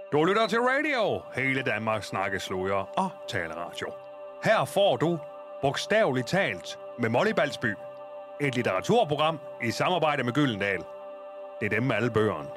Du lytter til radio. Hele Danmark snakker sludder og taleradio. Her får du bogstaveligt talt med Molly Balsby. Et litteraturprogram i samarbejde med Gyldendal. Det er dem med alle bøgerne.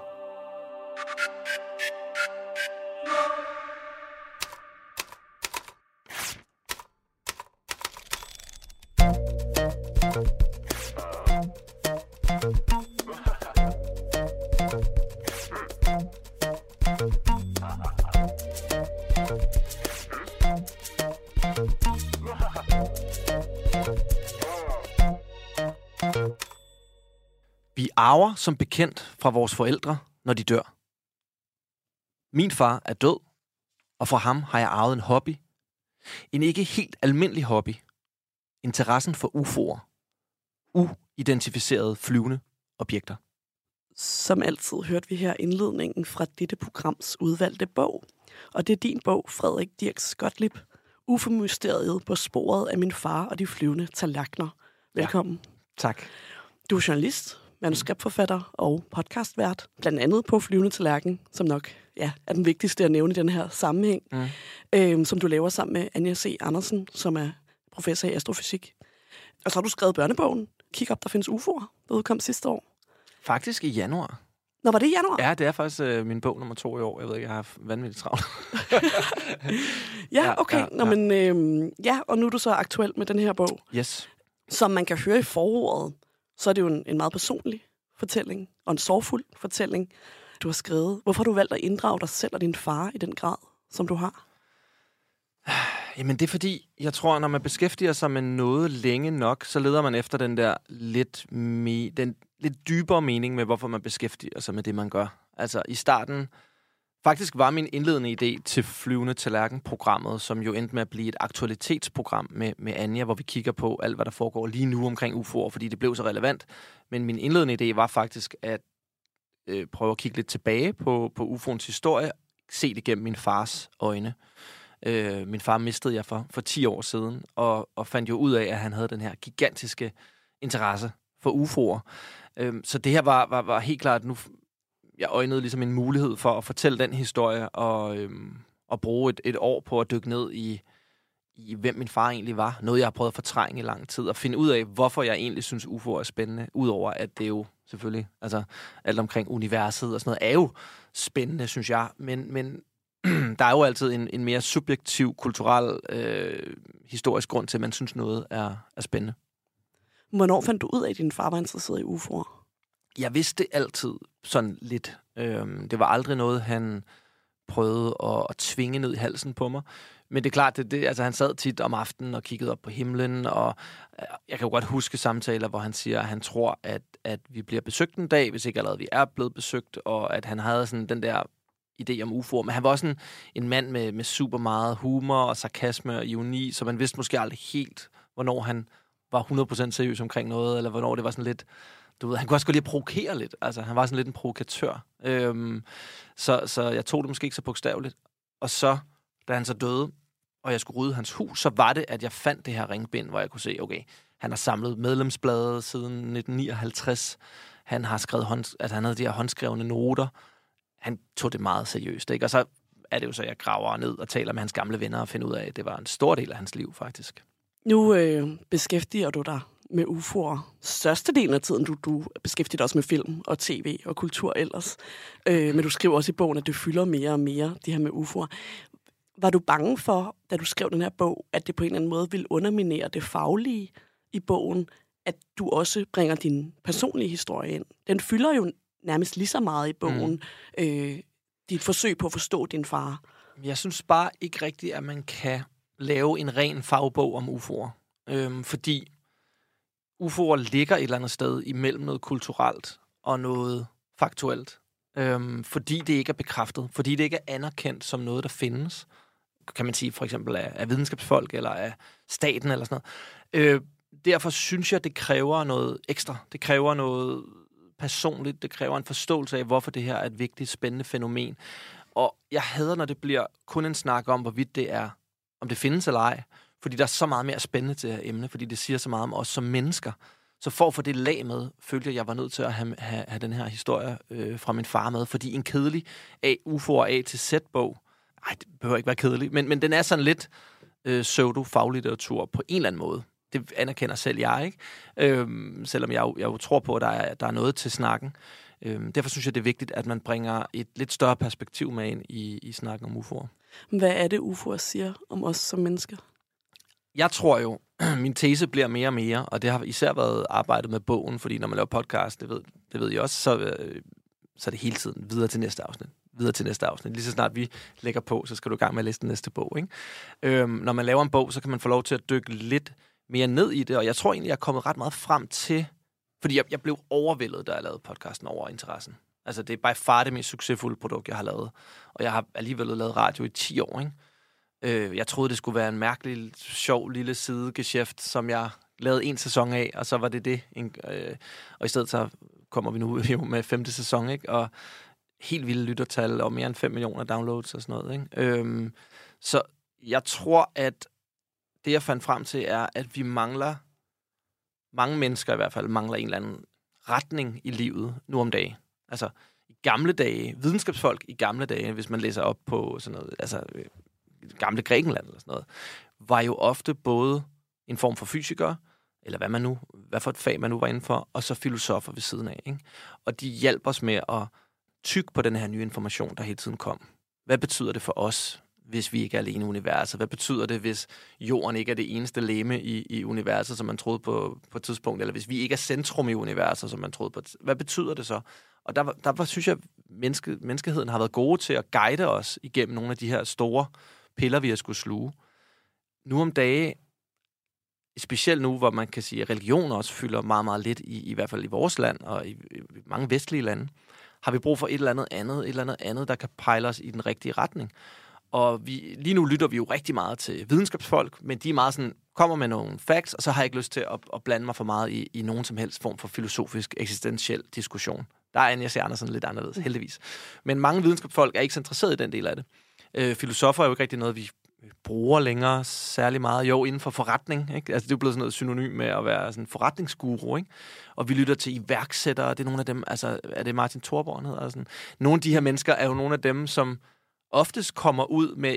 Vi arver som bekendt fra vores forældre, når de dør. Min far er død, og fra ham har jeg arvet en hobby. En ikke helt almindelig hobby. Interessen for UFO'er. Uidentificerede flyvende objekter. Som altid hørte vi her indledningen fra dette programs udvalgte bog. Og det er din bog, Frederik Dirks Gottlieb. UFO-mysteriet på sporet af min far og de flyvende tallerkener. Velkommen. Ja, tak. Du er journalist, manuskriptforfatter og podcastvært. Blandt andet på Flyvende Tallerken, som nok er den vigtigste at nævne i den her sammenhæng. Som du laver sammen med Anja C. Andersen, som er professor i astrofysik. Og så har du skrevet børnebogen Kig op, der findes UFO'er, der udkom sidste år. Faktisk i januar. Nå, var det i januar? Ja, det er faktisk min bog nummer 2 i år. Jeg ved ikke, jeg har haft vanvittigt travlt. Ja, okay. Nå, men, og nu er du så aktuel med den her bog. Yes. Som man kan høre i forordet, så er det jo en meget personlig fortælling, og en sorgfuld fortælling, du har skrevet. Hvorfor har du valgt at inddrage dig selv og din far i den grad, som du har? Jamen, det er fordi, jeg tror, når man beskæftiger sig med noget længe nok, så leder man efter den der den lidt dybere mening med, hvorfor man beskæftiger sig med det, man gør. Altså, i starten, faktisk var min indledende idé til Flyvende Tallerken-programmet, som jo endte med at blive et aktualitetsprogram med Anja, hvor vi kigger på alt, hvad der foregår lige nu omkring UFO'er, fordi det blev så relevant. Men min indledende idé var faktisk at prøve at kigge lidt tilbage på UFO'ens historie, se det gennem min fars øjne. Min far mistede jeg for 10 år siden, og fandt jo ud af, at han havde den her gigantiske interesse for UFO'er. Så det her var helt klart, nu jeg øjnede ligesom en mulighed for at fortælle den historie, og bruge et år på at dykke ned i hvem min far egentlig var. Noget, jeg har prøvet at fortrænge i lang tid, og finde ud af, hvorfor jeg egentlig synes, UFO'er er spændende. Udover at det jo selvfølgelig, altså alt omkring universet og sådan noget, er jo spændende, synes jeg. Men der er jo altid en mere subjektiv, kulturel, historisk grund til, at man synes, noget er spændende. Hvornår fandt du ud af, at din far var interesseret i UFO'er? Jeg vidste altid sådan lidt. Det var aldrig noget, han prøvede at tvinge ned i halsen på mig. Men det er klart, altså, han sad tit om aftenen og kiggede op på himlen, og jeg kan jo godt huske samtaler, hvor han siger, at han tror, at vi bliver besøgt en dag, hvis ikke allerede vi er blevet besøgt, og at han havde sådan den der idé om UFO'er. Men han var også en mand med super meget humor og sarkasme og ironi, så man vidste måske aldrig helt, hvornår han var 100% seriøs omkring noget, eller hvornår det var sådan lidt, du ved, han kunne også godt lide at provokere lidt. Altså, han var sådan lidt en provokatør. Så jeg tog det måske ikke så bogstaveligt. Og så, da han så døde, og jeg skulle rydde hans hus, så var det, at jeg fandt det her ringbind, hvor jeg kunne se, okay, han har samlet medlemsblade siden 1959. Han har skrevet at han havde de her håndskrevne noter. Han tog det meget seriøst, ikke? Og så er det jo så, jeg graver ned og taler med hans gamle venner og finder ud af, at det var en stor del af hans liv, faktisk. Nu beskæftiger du dig med UFO'er. Størstedelen af tiden, du beskæftiger dig også med film og tv og kultur ellers. Men du skriver også i bogen, at det fylder mere og mere, det her med UFO'er. Var du bange for, da du skrev den her bog, at det på en eller anden måde ville underminere det faglige i bogen, at du også bringer din personlige historie ind? Den fylder jo nærmest lige så meget i bogen, dit forsøg på at forstå din far. Jeg synes bare ikke rigtigt, at man kan lave en ren fagbog om UFO'er. Fordi UFO'er ligger et eller andet sted imellem noget kulturelt og noget faktuelt. Fordi det ikke er bekræftet. Fordi det ikke er anerkendt som noget, der findes. Kan man sige for eksempel af videnskabsfolk eller af staten eller sådan noget. Derfor synes jeg, det kræver noget ekstra. Det kræver noget personligt. Det kræver en forståelse af, hvorfor det her er et vigtigt, spændende fænomen. Og jeg hader, når det bliver kun en snak om, hvorvidt det er, om det findes eller ej. Fordi der er så meget mere spændende til det her emne, fordi det siger så meget om os som mennesker. Så for at få det lag med, følte jeg var nødt til at have den her historie fra min far med, fordi en kedelig UFO'er A til Z-bog, det behøver ikke være kedelig, men den er sådan lidt pseudo-faglitteratur på en eller anden måde. Det anerkender selv jeg, ikke? Selvom jeg jo tror på, at der er noget til snakken. Derfor synes jeg, det er vigtigt, at man bringer et lidt større perspektiv med ind i snakken om UFO'er. Hvad er det, UFO'er siger om os som mennesker? Jeg tror jo, min tese bliver mere og mere, og det har især været arbejdet med bogen, fordi når man laver podcast, det ved I også, så er det hele tiden videre til næste afsnit. Lige så snart vi lægger på, så skal du i gang med at læse den næste bog, ikke? Når man laver en bog, så kan man få lov til at dykke lidt mere ned i det, og jeg tror egentlig, jeg er kommet ret meget frem til, fordi jeg blev overvældet, da jeg lavede podcasten over interessen. Altså, det er by far det mest succesfulde produkt, jeg har lavet. Og jeg har alligevel lavet radio i 10 år, ikke? Jeg troede, det skulle være en mærkelig, sjov lille sidegeschæft, som jeg lavede 1 sæson af, og så var det. Og i stedet så kommer vi nu jo med 5. sæson, ikke? Og helt vilde lyttertal og mere end 5 millioner downloads og sådan noget, ikke? Så jeg tror, at det, jeg fandt frem til, er, at vi mangler, mange mennesker i hvert fald, mangler en eller anden retning i livet nu om dagen. Altså, i gamle dage, videnskabsfolk i gamle dage, hvis man læser op på sådan noget, altså gamle Grækenland eller sådan noget, var jo ofte både en form for fysikere, eller hvad for et fag man nu var inden for, og så filosofer ved siden af, ikke? Og de hjalp os med at tygge på den her nye information, der hele tiden kom. Hvad betyder det for os, hvis vi ikke er alene i universet? Hvad betyder det, hvis jorden ikke er det eneste legeme i universet, som man troede på et tidspunkt? Eller hvis vi ikke er centrum i universet, som man troede på? Hvad betyder det så? Og der synes jeg, menneskeheden har været gode til at guide os igennem nogle af de her store piller, vi har skulle sluge. Nu om dage, specielt nu, hvor man kan sige, at religion også fylder meget, meget lidt, i hvert fald i vores land og i mange vestlige lande, har vi brug for et eller andet, der kan pejle os i den rigtige retning. Og lige nu lytter vi jo rigtig meget til videnskabsfolk, men de er meget sådan, kommer med nogle facts, og så har jeg ikke lyst til at blande mig for meget i nogen som helst form for filosofisk, eksistentiel diskussion. Der er Anja C. Andersen lidt anderledes, heldigvis. Men mange videnskabsfolk er ikke så interesseret i den del af det. Filosofer er jo ikke rigtig noget, vi bruger længere særlig meget. Jo, inden for forretning, ikke? Altså, det er jo blevet sådan noget synonym med at være sådan en forretningsguru, ikke? Og vi lytter til iværksættere, det er nogle af dem, altså, er det Martin Thorborg, hedder sådan? Nogle af de her mennesker er jo nogle af dem, som oftest kommer ud med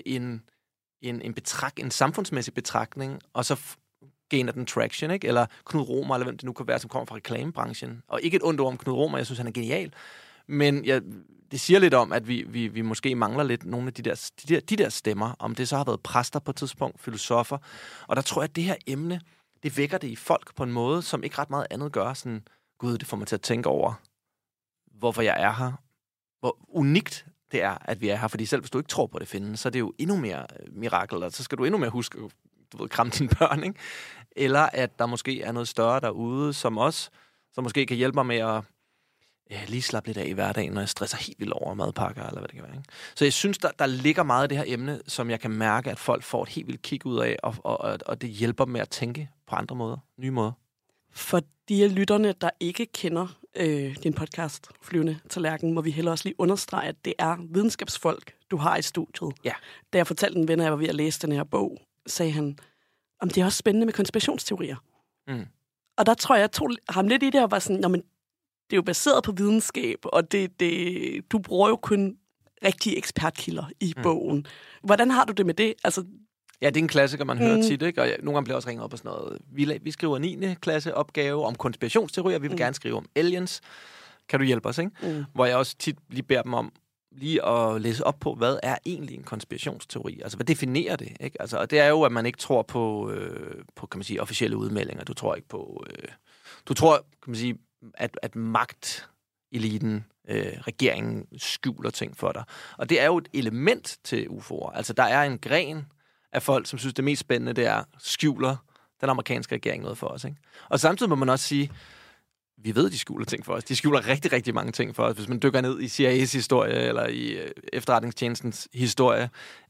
en samfundsmæssig betragtning, og så gainer den traction, ikke? Eller Knud Romer, eller hvem det nu kan være, som kommer fra reklamebranchen. Og ikke et ondt ord om Knud Romer, jeg synes, han er genial. Men det siger lidt om, at vi måske mangler lidt nogle af de der stemmer, om det så har været præster på et tidspunkt, filosofer. Og der tror jeg, at det her emne, det vækker det i folk på en måde, som ikke ret meget andet gør. Sådan, gud, det får mig til at tænke over, hvorfor jeg er her. Hvor unikt det er, at vi er her. Fordi selv hvis du ikke tror på, at det findes, så er det jo endnu mere mirakel, og så skal du endnu mere huske, kramme dine børn, ikke? Eller at der måske er noget større derude, som måske kan hjælpe mig med at lige slappe lidt af i hverdagen, når jeg stresser helt vildt over madpakker, eller hvad det kan være, ikke? Så jeg synes, der ligger meget af det her emne, som jeg kan mærke, at folk får et helt vildt kig ud af, og det hjælper med at tænke på andre måder, nye måder. For de af lytterne, der ikke kender din podcast, Flyvende Tallerken, må vi heller også lige understrege, at det er videnskabsfolk, du har i studiet. Ja. Da jeg fortalte en ven, at jeg var ved at læse den her bog, sagde han, om det er også spændende med konspirationsteorier. Mm. Og der tror jeg tog ham lidt i det, og var sådan, men det er jo baseret på videnskab, og du bruger jo kun rigtige ekspertkilder i bogen. Hvordan har du det med det? Altså, ja, det er en klassiker, man hører tit, ikke? Og nogle gange bliver også ringet op og sådan noget. Vi skriver 9. klasse opgave om konspirationsteorier, vi vil gerne skrive om aliens. Kan du hjælpe os, ikke? Hvor jeg også tit lige beder dem om lige at læse op på, hvad er egentlig en konspirationsteori? Altså, hvad definerer det, ikke? Altså, og det er jo, at man ikke tror på kan man sige, officielle udmeldinger. Du tror ikke på... du tror, kan man sige, at magteliten, regeringen, skjuler ting for dig. Og det er jo et element til UFO'er. Altså, der er en gren af folk, som synes, det mest spændende, det er skjuler den amerikanske regering noget for os, ikke? Og samtidig må man også sige, vi ved, de skjuler ting for os. De skjuler rigtig, rigtig mange ting for os. Hvis man dykker ned i CIA's historie, eller i efterretningstjenestens historie,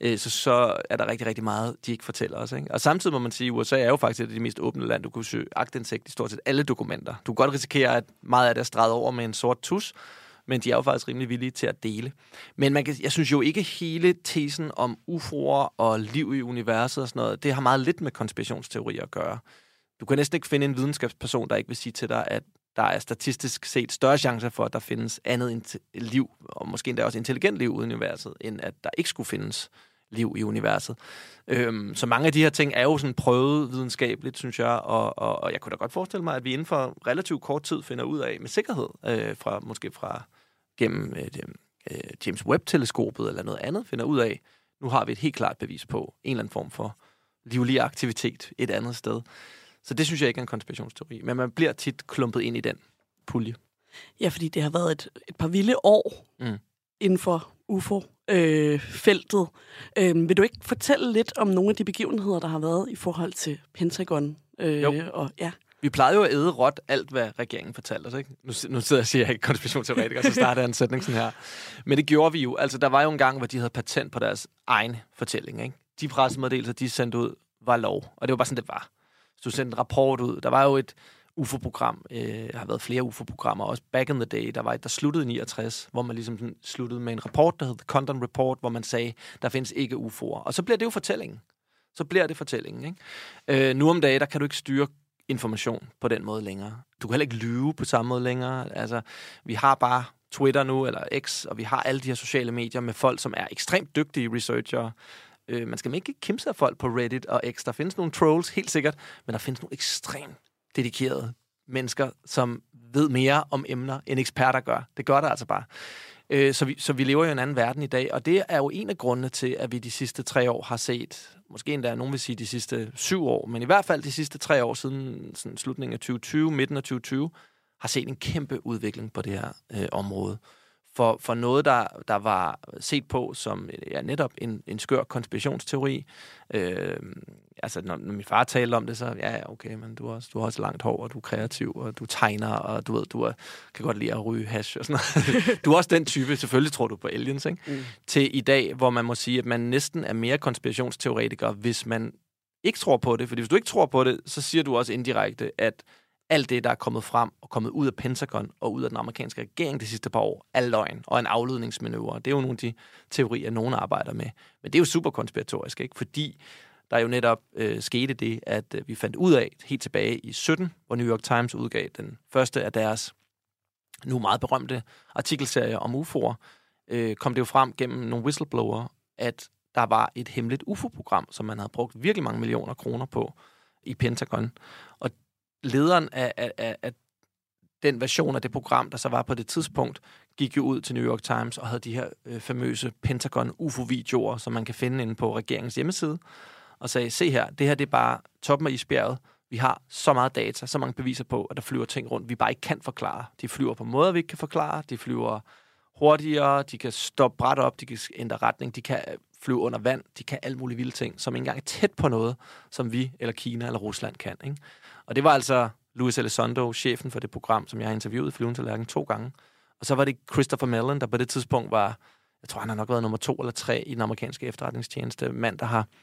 så er der rigtig, rigtig meget, de ikke fortæller os, ikke? Og samtidig må man sige, at USA er jo faktisk et af de mest åbne lande. Du kunne søge aktindsigt i stort set alle dokumenter. Du kan godt risikere, at meget af det er streget over med en sort tus, men de er jo faktisk rimelig villige til at dele. Men jeg synes jo ikke hele tesen om UFO'er og liv i universet og sådan noget, det har meget lidt med konspirationsteorier at gøre. Du kan næsten ikke finde en videnskabsperson, der ikke vil sige til dig, at der er statistisk set større chancer for, at der findes andet liv, og måske endda også intelligent liv uden universet, end at der ikke skulle findes liv i universet. Så mange af de her ting er jo sådan prøvet videnskabeligt, synes jeg, og jeg kunne da godt forestille mig, at vi inden for relativt kort tid finder ud af med sikkerhed, måske gennem James Webb-teleskopet eller noget andet, finder ud af, nu har vi et helt klart bevis på en eller anden form for livlig aktivitet et andet sted. Så det synes jeg ikke er en konspirationsteori, men man bliver tit klumpet ind i den pulje. Ja, fordi det har været et par vilde år inden for UFO-feltet. Vil du ikke fortælle lidt om nogle af de begivenheder, der har været i forhold til Pentagon? Vi plejede jo at æde råt alt, hvad regeringen fortalte os, ikke? Nu sidder jeg og siger, at jeg er ikke konspirationsteoretiker, så starter jeg en sætning sådan her. Men det gjorde vi jo. Altså, der var jo en gang, hvor de havde patent på deres egen fortælling, ikke? De pressemeddelelser, de sendte ud, var lov. Og det var bare sådan, det var. Så du sendte en rapport ud. Der var jo et UFO-program. Der har været flere UFO-programmer. Også back in the day, der var et, der sluttede i 69, hvor man ligesom sluttede med en rapport, der hed The Condon Report, hvor man sagde, der findes ikke UFO'er. Og så bliver det jo fortællingen. Ikke? Nu om dagen, der kan du ikke styre information på den måde længere. Du kan heller ikke lyve på samme måde længere. Altså, vi har bare Twitter nu, eller X, og vi har alle de her sociale medier med folk, som er ekstremt dygtige researchere. Man skal ikke kimse af folk på Reddit og X. Der findes nogle trolls, helt sikkert, men der findes nogle ekstremt dedikerede mennesker, som ved mere om emner, end eksperter gør. Det gør der altså bare. Så vi lever i en anden verden i dag, og det er jo en af grundene til, at vi de sidste 3 år har set, måske endda nogen vil sige de sidste 7 år, men i hvert fald de sidste 3 år siden sådan slutningen af 2020, midten af 2020, har set en kæmpe udvikling på det her område. For noget, der var set på som netop en skør konspirationsteori. Altså, når min far talte om det, så okay, men du har også langt hår, og du er kreativ, og du tegner, og du ved, kan godt lide at ryge hash og sådan noget. Du er også den type, selvfølgelig tror du på aliens, ikke? Til i dag, hvor man må sige, at man næsten er mere konspirationsteoretiker, hvis man ikke tror på det. Fordi hvis du ikke tror på det, så siger du også indirekte, at alt det, der er kommet frem og kommet ud af Pentagon og ud af den amerikanske regering de sidste par år, er løgn og en afledningsmanøvre. Det er jo nogle af de teorier, nogen arbejder med. Men det er jo super konspiratorisk, ikke? Fordi der jo netop skete det, at vi fandt ud af helt tilbage i 17, hvor New York Times udgav den første af deres nu meget berømte artikelserie om UFO'er, kom det jo frem gennem nogle whistleblower, at der var et hemmeligt UFO-program, som man havde brugt virkelig mange millioner kroner på i Pentagon. Og lederen af den version af det program, der så var på det tidspunkt, gik jo ud til New York Times og havde de her famøse Pentagon UFO-videoer, som man kan finde inde på regeringens hjemmeside, og sagde, se her, det her det er bare toppen af isbjerget. Vi har så meget data, så mange beviser på, at der flyver ting rundt, vi bare ikke kan forklare. De flyver på måder, vi ikke kan forklare. De flyver hurtigere, de kan stoppe bræt op, de kan ændre retning, de kan flyve under vand, de kan alle mulige vilde ting, som ikke engang er tæt på noget, som vi, eller Kina, eller Rusland kan, ikke? Og det var altså Luis Elizondo, chefen for det program, som jeg har interviewet i Flyvende Tallerken 2 gange. Og så var det Christopher Mellon, der på det tidspunkt var, jeg tror, han har nok været nummer 2 eller 3 i den amerikanske efterretningstjeneste. Mand, der har,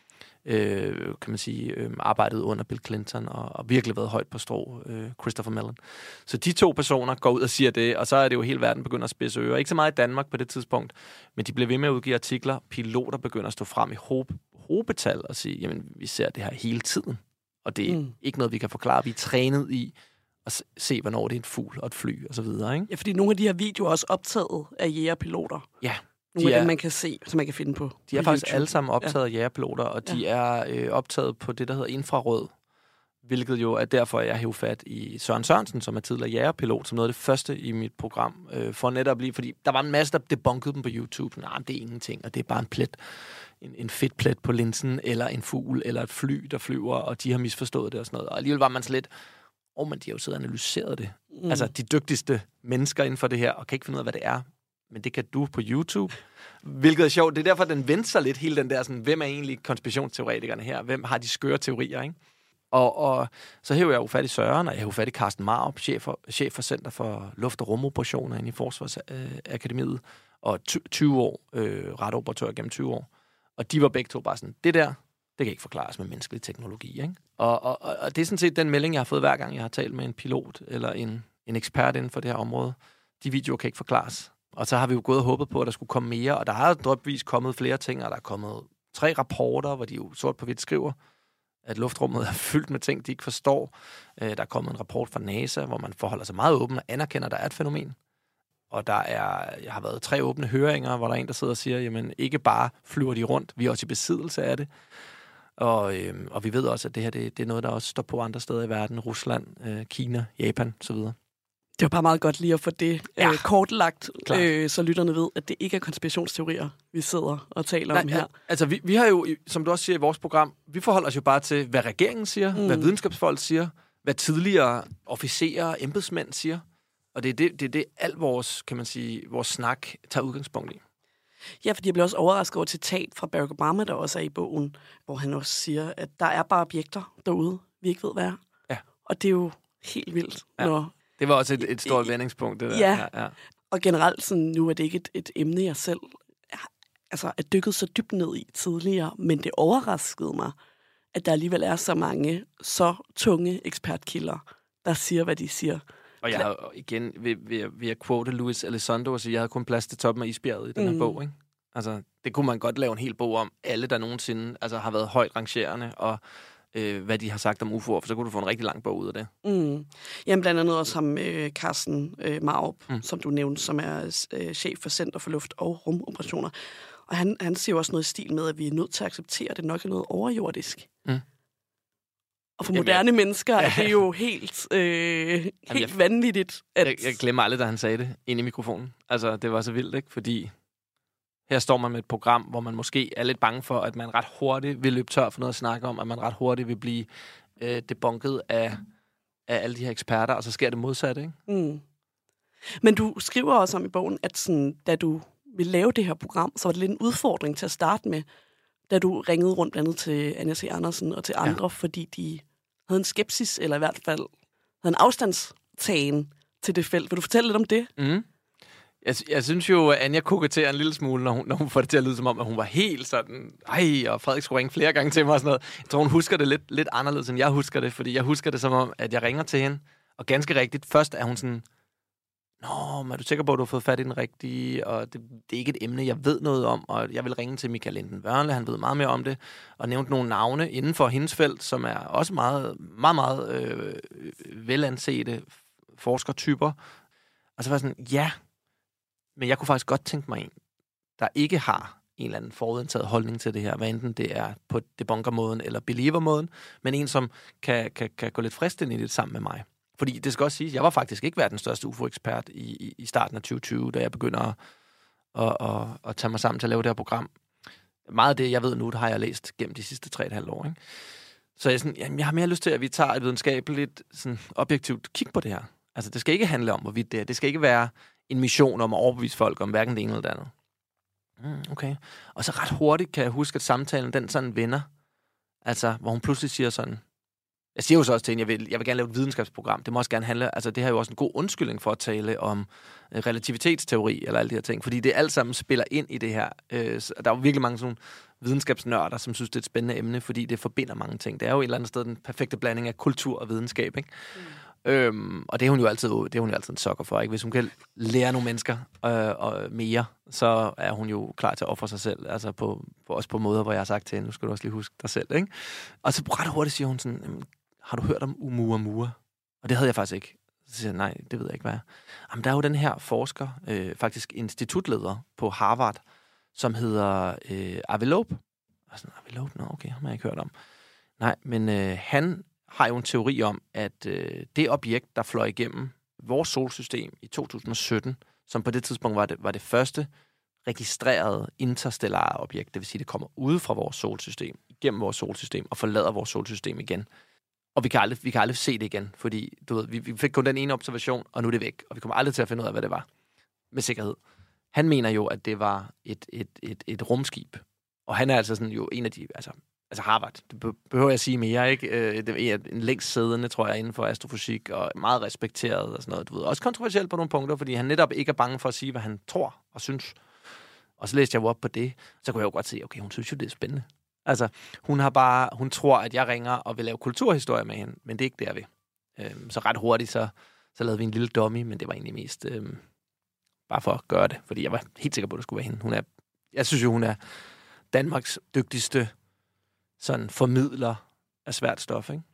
kan man sige, arbejdet under Bill Clinton og virkelig været højt på strå, Christopher Mellon. Så de 2 personer går ud og siger det, og så er det jo hele verden begynder at spidse ører. Ikke så meget i Danmark på det tidspunkt, men de bliver ved med at udgive artikler. Piloter begynder at stå frem i hobetal og sige, jamen, vi ser det her hele tiden. Og det er ikke noget, vi kan forklare. Vi er trænet i at se, hvornår det er en fugl og et fly og så videre, ikke? Ja, fordi nogle af de her videoer er også optaget af jægerpiloter. Ja. Nogle af dem, man kan se, som man kan finde på De er faktisk YouTube. alle sammen optaget af jægerpiloter, og de er optaget på det, der hedder infrarød, hvilket jo er derfor, jeg hæver fat i Søren Sørensen, som er tidligere jægerpilot, som noget af det første i mit program, for netop lige, fordi der var en masse, der debunkede dem på YouTube. Nej, det er ingenting, og det er bare en plet. En fedtplet på linsen, eller en fugl, eller et fly, der flyver, og de har misforstået det og sådan noget. Og alligevel var man så lidt, men de har jo siddet og analyseret det. Altså, de dygtigste mennesker inden for det her, og kan ikke finde ud af, hvad det er. Men det kan du på YouTube. Hvilket er sjovt. Det er derfor, den vendte sig lidt, hele den der, sådan, hvem er egentlig konspirationsteoretikerne her? Hvem har de skøre teorier, ikke? Og så hæver jeg jo fat i Søren, og jeg hæver fat i Carsten Marup, chef for Center for Luft- og Rumoperationer inde i Forsvarsakademiet, og 20 år, ratoperatør gennem 20 år. Og de var begge to bare sådan, det kan ikke forklares med menneskelig teknologi, ikke? Og det er sådan set den melding, jeg har fået hver gang, jeg har talt med en pilot eller en ekspert inden for det her område. De videoer kan ikke forklares. Og så har vi jo gået og håbet på, at der skulle komme mere, og der har drypvis kommet flere ting, og der er kommet 3 rapporter, hvor de jo sort på hvidt skriver, at luftrummet er fyldt med ting, de ikke forstår. Der er kommet en rapport fra NASA, hvor man forholder sig meget åben og anerkender, at der er et fænomen. Og jeg har været 3 åbne høringer, hvor der er en, der sidder og siger, jamen ikke bare flyver de rundt, vi er også i besiddelse af det. Og vi ved også, at det her det er noget, der også står på andre steder i verden. Rusland, Kina, Japan osv. Det var bare meget godt lige at få det kortlagt, så lytterne ved, at det ikke er konspirationsteorier, vi sidder og taler om her. Altså, vi har jo, som du også siger i vores program, vi forholder os jo bare til, hvad regeringen siger, hvad videnskabsfolk siger, hvad tidligere officerer og embedsmænd siger. Og det er det alt vores, kan man sige, vores snak tager udgangspunkt i. Ja, fordi jeg blev også overrasket over et citat fra Barack Obama, der også er i bogen, hvor han også siger, at der er bare objekter derude, vi ikke ved, hvad er. Ja. Og det er jo helt vildt. Ja. Når det var også et stort vendingspunkt, det der. Ja. Og generelt, sådan, nu er det ikke et emne, jeg selv er dykket så dybt ned i tidligere, men det overraskede mig, at der alligevel er så mange så tunge ekspertkilder, der siger, hvad de siger. Og jeg igen ved at quote Luis Elizondo og sige, jeg havde kun plads til toppen af isbjerget i den her bog, ikke? Altså, det kunne man godt lave en hel bog om. Alle, der nogensinde har været højt rangerende, og hvad de har sagt om UFO'er, for så kunne du få en rigtig lang bog ud af det. Jamen, blandt andet også ham, Carsten Maurup, som du nævnte, som er chef for Center for Luft- og Rumoperationer. Og han siger også noget i stil med, at vi er nødt til at acceptere, at det nok er noget overjordisk. Og for moderne mennesker er det jo helt vanvittigt. Jeg glemmer aldrig, da han sagde det ind i mikrofonen. Altså, det var så vildt, ikke? Fordi her står man med et program, hvor man måske er lidt bange for, at man ret hurtigt vil løbe tør for noget at snakke om, at man ret hurtigt vil blive debunket af alle de her eksperter, og så sker det modsatte, ikke? Men du skriver også om i bogen, at sådan, da du ville lave det her program, så var det lidt en udfordring til at starte med, da du ringede rundt blandt andet til Anja C. Andersen og til andre, fordi de havde en skepsis, eller i hvert fald havde en afstandstagen til det felt. Vil du fortælle lidt om det? Jeg synes jo, at Anja koketterer en lille smule, når hun får det til at lyde som om, at hun var helt sådan, og Frederik skulle ringe flere gange til mig og sådan noget. Jeg tror, hun husker det lidt anderledes, end jeg husker det, fordi jeg husker det som om, at jeg ringer til hende, og ganske rigtigt, først er hun sådan, nå, men er du sikker på, at du har fået fat i den rigtige, og det er ikke et emne, jeg ved noget om, og jeg vil ringe til Michael Linden Wørnle, han ved meget mere om det, og nævnte nogle navne inden for hendes felt, som er også meget, meget, meget velansete forskertyper. Og så var jeg sådan, ja, men jeg kunne faktisk godt tænke mig en, der ikke har en eller anden forudindtaget holdning til det her, hvad enten det er på debunker-måden eller believer-måden, men en, som kan gå lidt frist ind i det sammen med mig. Fordi det skal også sige, jeg var faktisk ikke verdens største UFO-ekspert i starten af 2020, da jeg begynder at tage mig sammen til at lave det her program. Meget af det, jeg ved nu, det har jeg læst gennem de sidste 3,5 år. Ikke? Så jeg har mere lyst til, at vi tager et videnskabeligt, sådan, objektivt kig på det her. Altså, det skal ikke handle om, hvorvidt det er. Det skal ikke være en mission om at overbevise folk om hverken det ene eller det andet. Okay. Og så ret hurtigt kan jeg huske, at samtalen, den sådan vender. Altså, hvor hun pludselig siger sådan, jeg siger jo så også til hende, jeg vil gerne lave et videnskabsprogram. Det må også gerne handle, altså det her er jo også en god undskyldning for at tale om relativitetsteori eller alle de her ting, fordi det alt sammen spiller ind i det her. Der er jo virkelig mange sådan videnskabsnørder, som synes, det er et spændende emne, fordi det forbinder mange ting. Det er jo et eller andet sted den perfekte blanding af kultur og videnskab, ikke? Og det er hun jo altid en sokker for, ikke? Hvis hun kan lære nogle mennesker og mere, så er hun jo klar til at ofre sig selv, altså også på måder, hvor jeg har sagt til hende, nu skal du også lige huske dig selv, ikke? Og så ret hurtigt siger hun sådan, har du hørt om Oumuamua? Og det havde jeg faktisk ikke. Så siger jeg, nej, det ved jeg ikke, hvad er. Jamen, der er jo den her forsker, faktisk institutleder på Harvard, som hedder Avi Loeb. Og sådan, Avi Loeb? Nå, okay, ham har jeg ikke hørt om. Nej, men han har jo en teori om, at det objekt, der fløj igennem vores solsystem i 2017, som på det tidspunkt var det første registrerede interstellare objekt, det vil sige, det kommer ude fra vores solsystem, igennem vores solsystem og forlader vores solsystem igen. Og vi kan aldrig se det igen, fordi du ved, vi fik kun den ene observation, og nu er det væk, og vi kommer aldrig til at finde ud af, hvad det var med sikkerhed. Han mener jo, at det var et rumskib, og han er altså sådan jo en af de, altså Harvard, det behøver jeg at sige mere, ikke? Det er en længst siddende, tror jeg, inden for astrofysik, og meget respekteret og sådan noget. Du ved, også kontroversielt på nogle punkter, fordi han netop ikke er bange for at sige, hvad han tror og synes. Og så læste jeg jo op på det, så kunne jeg jo godt se, okay, hun synes jo, det er spændende. Altså, hun tror, at jeg ringer og vil lave kulturhistorie med hende, men det er ikke det, jeg vil. Så ret hurtigt, så lavede vi en lille dummy, men det var egentlig mest bare for at gøre det, fordi jeg var helt sikker på, at det skulle være hende. Jeg synes jo, hun er Danmarks dygtigste sådan formidler af svært stof, ikke?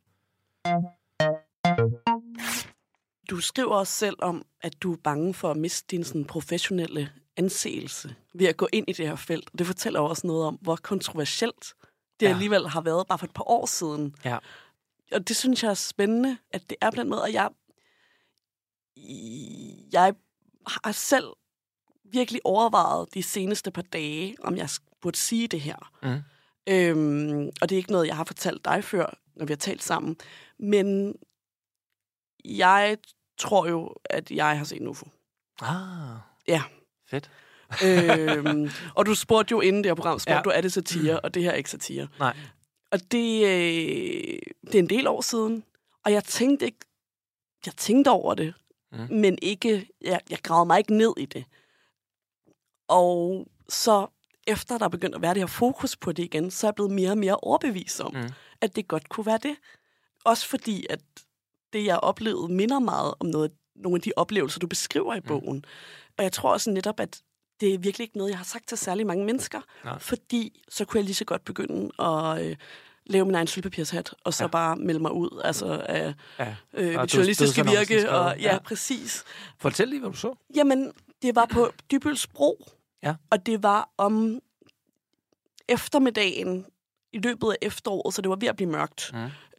Du skriver også selv om, at du er bange for at miste din sådan, professionelle anseelse ved at gå ind i det her felt. Og det fortæller også noget om, hvor kontroversielt det alligevel har været bare for et par år siden. Ja. Og det synes jeg er spændende, at det er på den måde. Og jeg har selv virkelig overvejet de seneste par dage, om jeg burde sige det her. Og det er ikke noget, jeg har fortalt dig før, når vi har talt sammen. Men jeg tror jo, at jeg har set en UFO. Ja. Fedt. Og du spurgte jo inden det her program, du, er det satire? Og det her er ikke satire. Nej. Og det er en del år siden, og jeg tænkte over det, men ikke, jeg gravede mig ikke ned i det. Og så efter der er begyndt at være det her fokus på det igen, så er jeg blevet mere og mere overbevist om, at det godt kunne være det. Også fordi, at det, jeg oplevede, minder meget om nogle af de oplevelser, du beskriver i bogen. Og jeg tror også netop, at det er virkelig ikke noget, jeg har sagt til særlig mange mennesker, fordi så kunne jeg lige så godt begynde at lave min egen sølvpapirshat, og så bare melde mig ud af mit journalistiske virke. Og, præcis. Fortæl lige, hvad du så. Jamen, det var på Dybbøls Bro, og det var om eftermiddagen i løbet af efteråret, så det var ved at blive mørkt.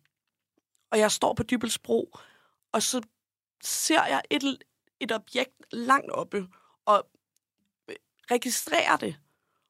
Og jeg står på Dybbøls Bro, og så ser jeg et objekt langt oppe, og registrerer det.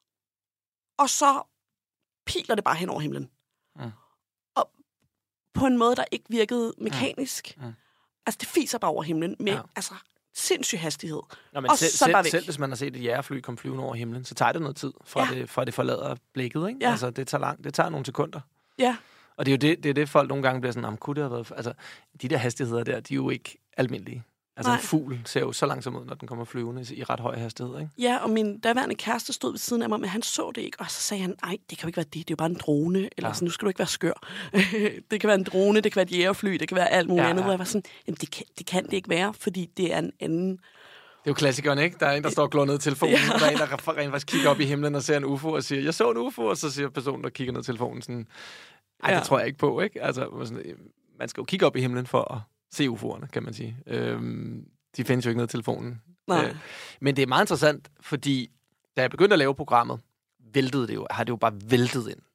Og så piler det bare hen over himlen. Og på en måde, der ikke virkede mekanisk. Altså, det fiser bare over himlen med sindssyg hastighed. Nå, men og så bare væk. Selv hvis man har set et jægerfly komme flyvende over himlen, så tager det noget tid, fra det forlader blikket, ikke? Altså, det tager nogle sekunder. Ja. Og det er jo det folk nogle gange bliver sådan, kunne det have været... Altså, de der hastigheder der, de er jo ikke almindelige. Altså, en fugl ser jo så langsomt ud, når den kommer flyvende i ret høj hastighed, ikke? Ja, og min daværende kæreste stod ved siden af mig, men han så det ikke. Og så sagde han, nej, det kan jo ikke være det. Det er jo bare en drone. Eller sådan, nu skal du ikke være skør. Det kan være en drone, det kan være et jægerfly, det kan være alt muligt andet. Hvor jeg var sådan, jamen, det kan det ikke være, fordi det er en anden... Det er jo klassikeren, ikke? Der er en, der står og glor ned i telefonen, og der er en, der rent faktisk kigger op i himlen og ser en UFO og siger, jeg så en UFO, og så siger personen, der kigger ned i telefonen sådan, ej, det tror jeg ikke på, ikke? Altså, man skal jo kigge op i himlen for at se UFO'erne, kan man sige. De findes jo ikke ned i telefonen. Men det er meget interessant, fordi da jeg begyndte at lave programmet, har det jo bare væltet ind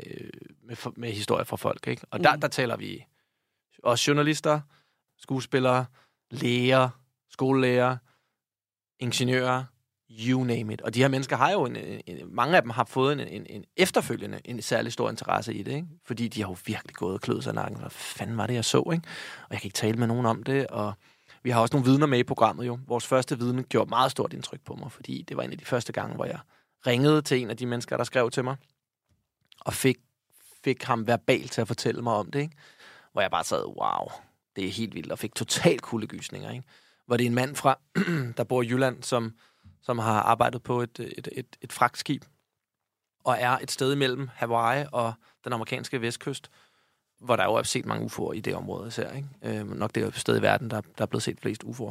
med historier fra folk, ikke? Og der taler vi også journalister, skuespillere, læger, skolelærer, ingeniører, you name it. Og de her mennesker har jo mange af dem har fået en efterfølgende en særlig stor interesse i det, ikke? Fordi de har jo virkelig gået og kløet sig nakken. Hvad fanden var det, jeg så, ikke? Og jeg kan ikke tale med nogen om det, og vi har også nogle vidner med i programmet jo. Vores første vidne gjorde meget stort indtryk på mig, fordi det var en af de første gange, hvor jeg ringede til en af de mennesker, der skrev til mig, og fik ham verbalt til at fortælle mig om det, ikke? Hvor jeg bare sad, wow, det er helt vildt, og fik totalt kuldegysninger, ikke? Hvor det er en mand fra, der bor i Jylland, som har arbejdet på et fragtskib, og er et sted imellem Hawaii og den amerikanske vestkyst, hvor der jo er set mange UFO'er i det område især, ikke? Nok det er et sted i verden, der er blevet set flest UFO'er.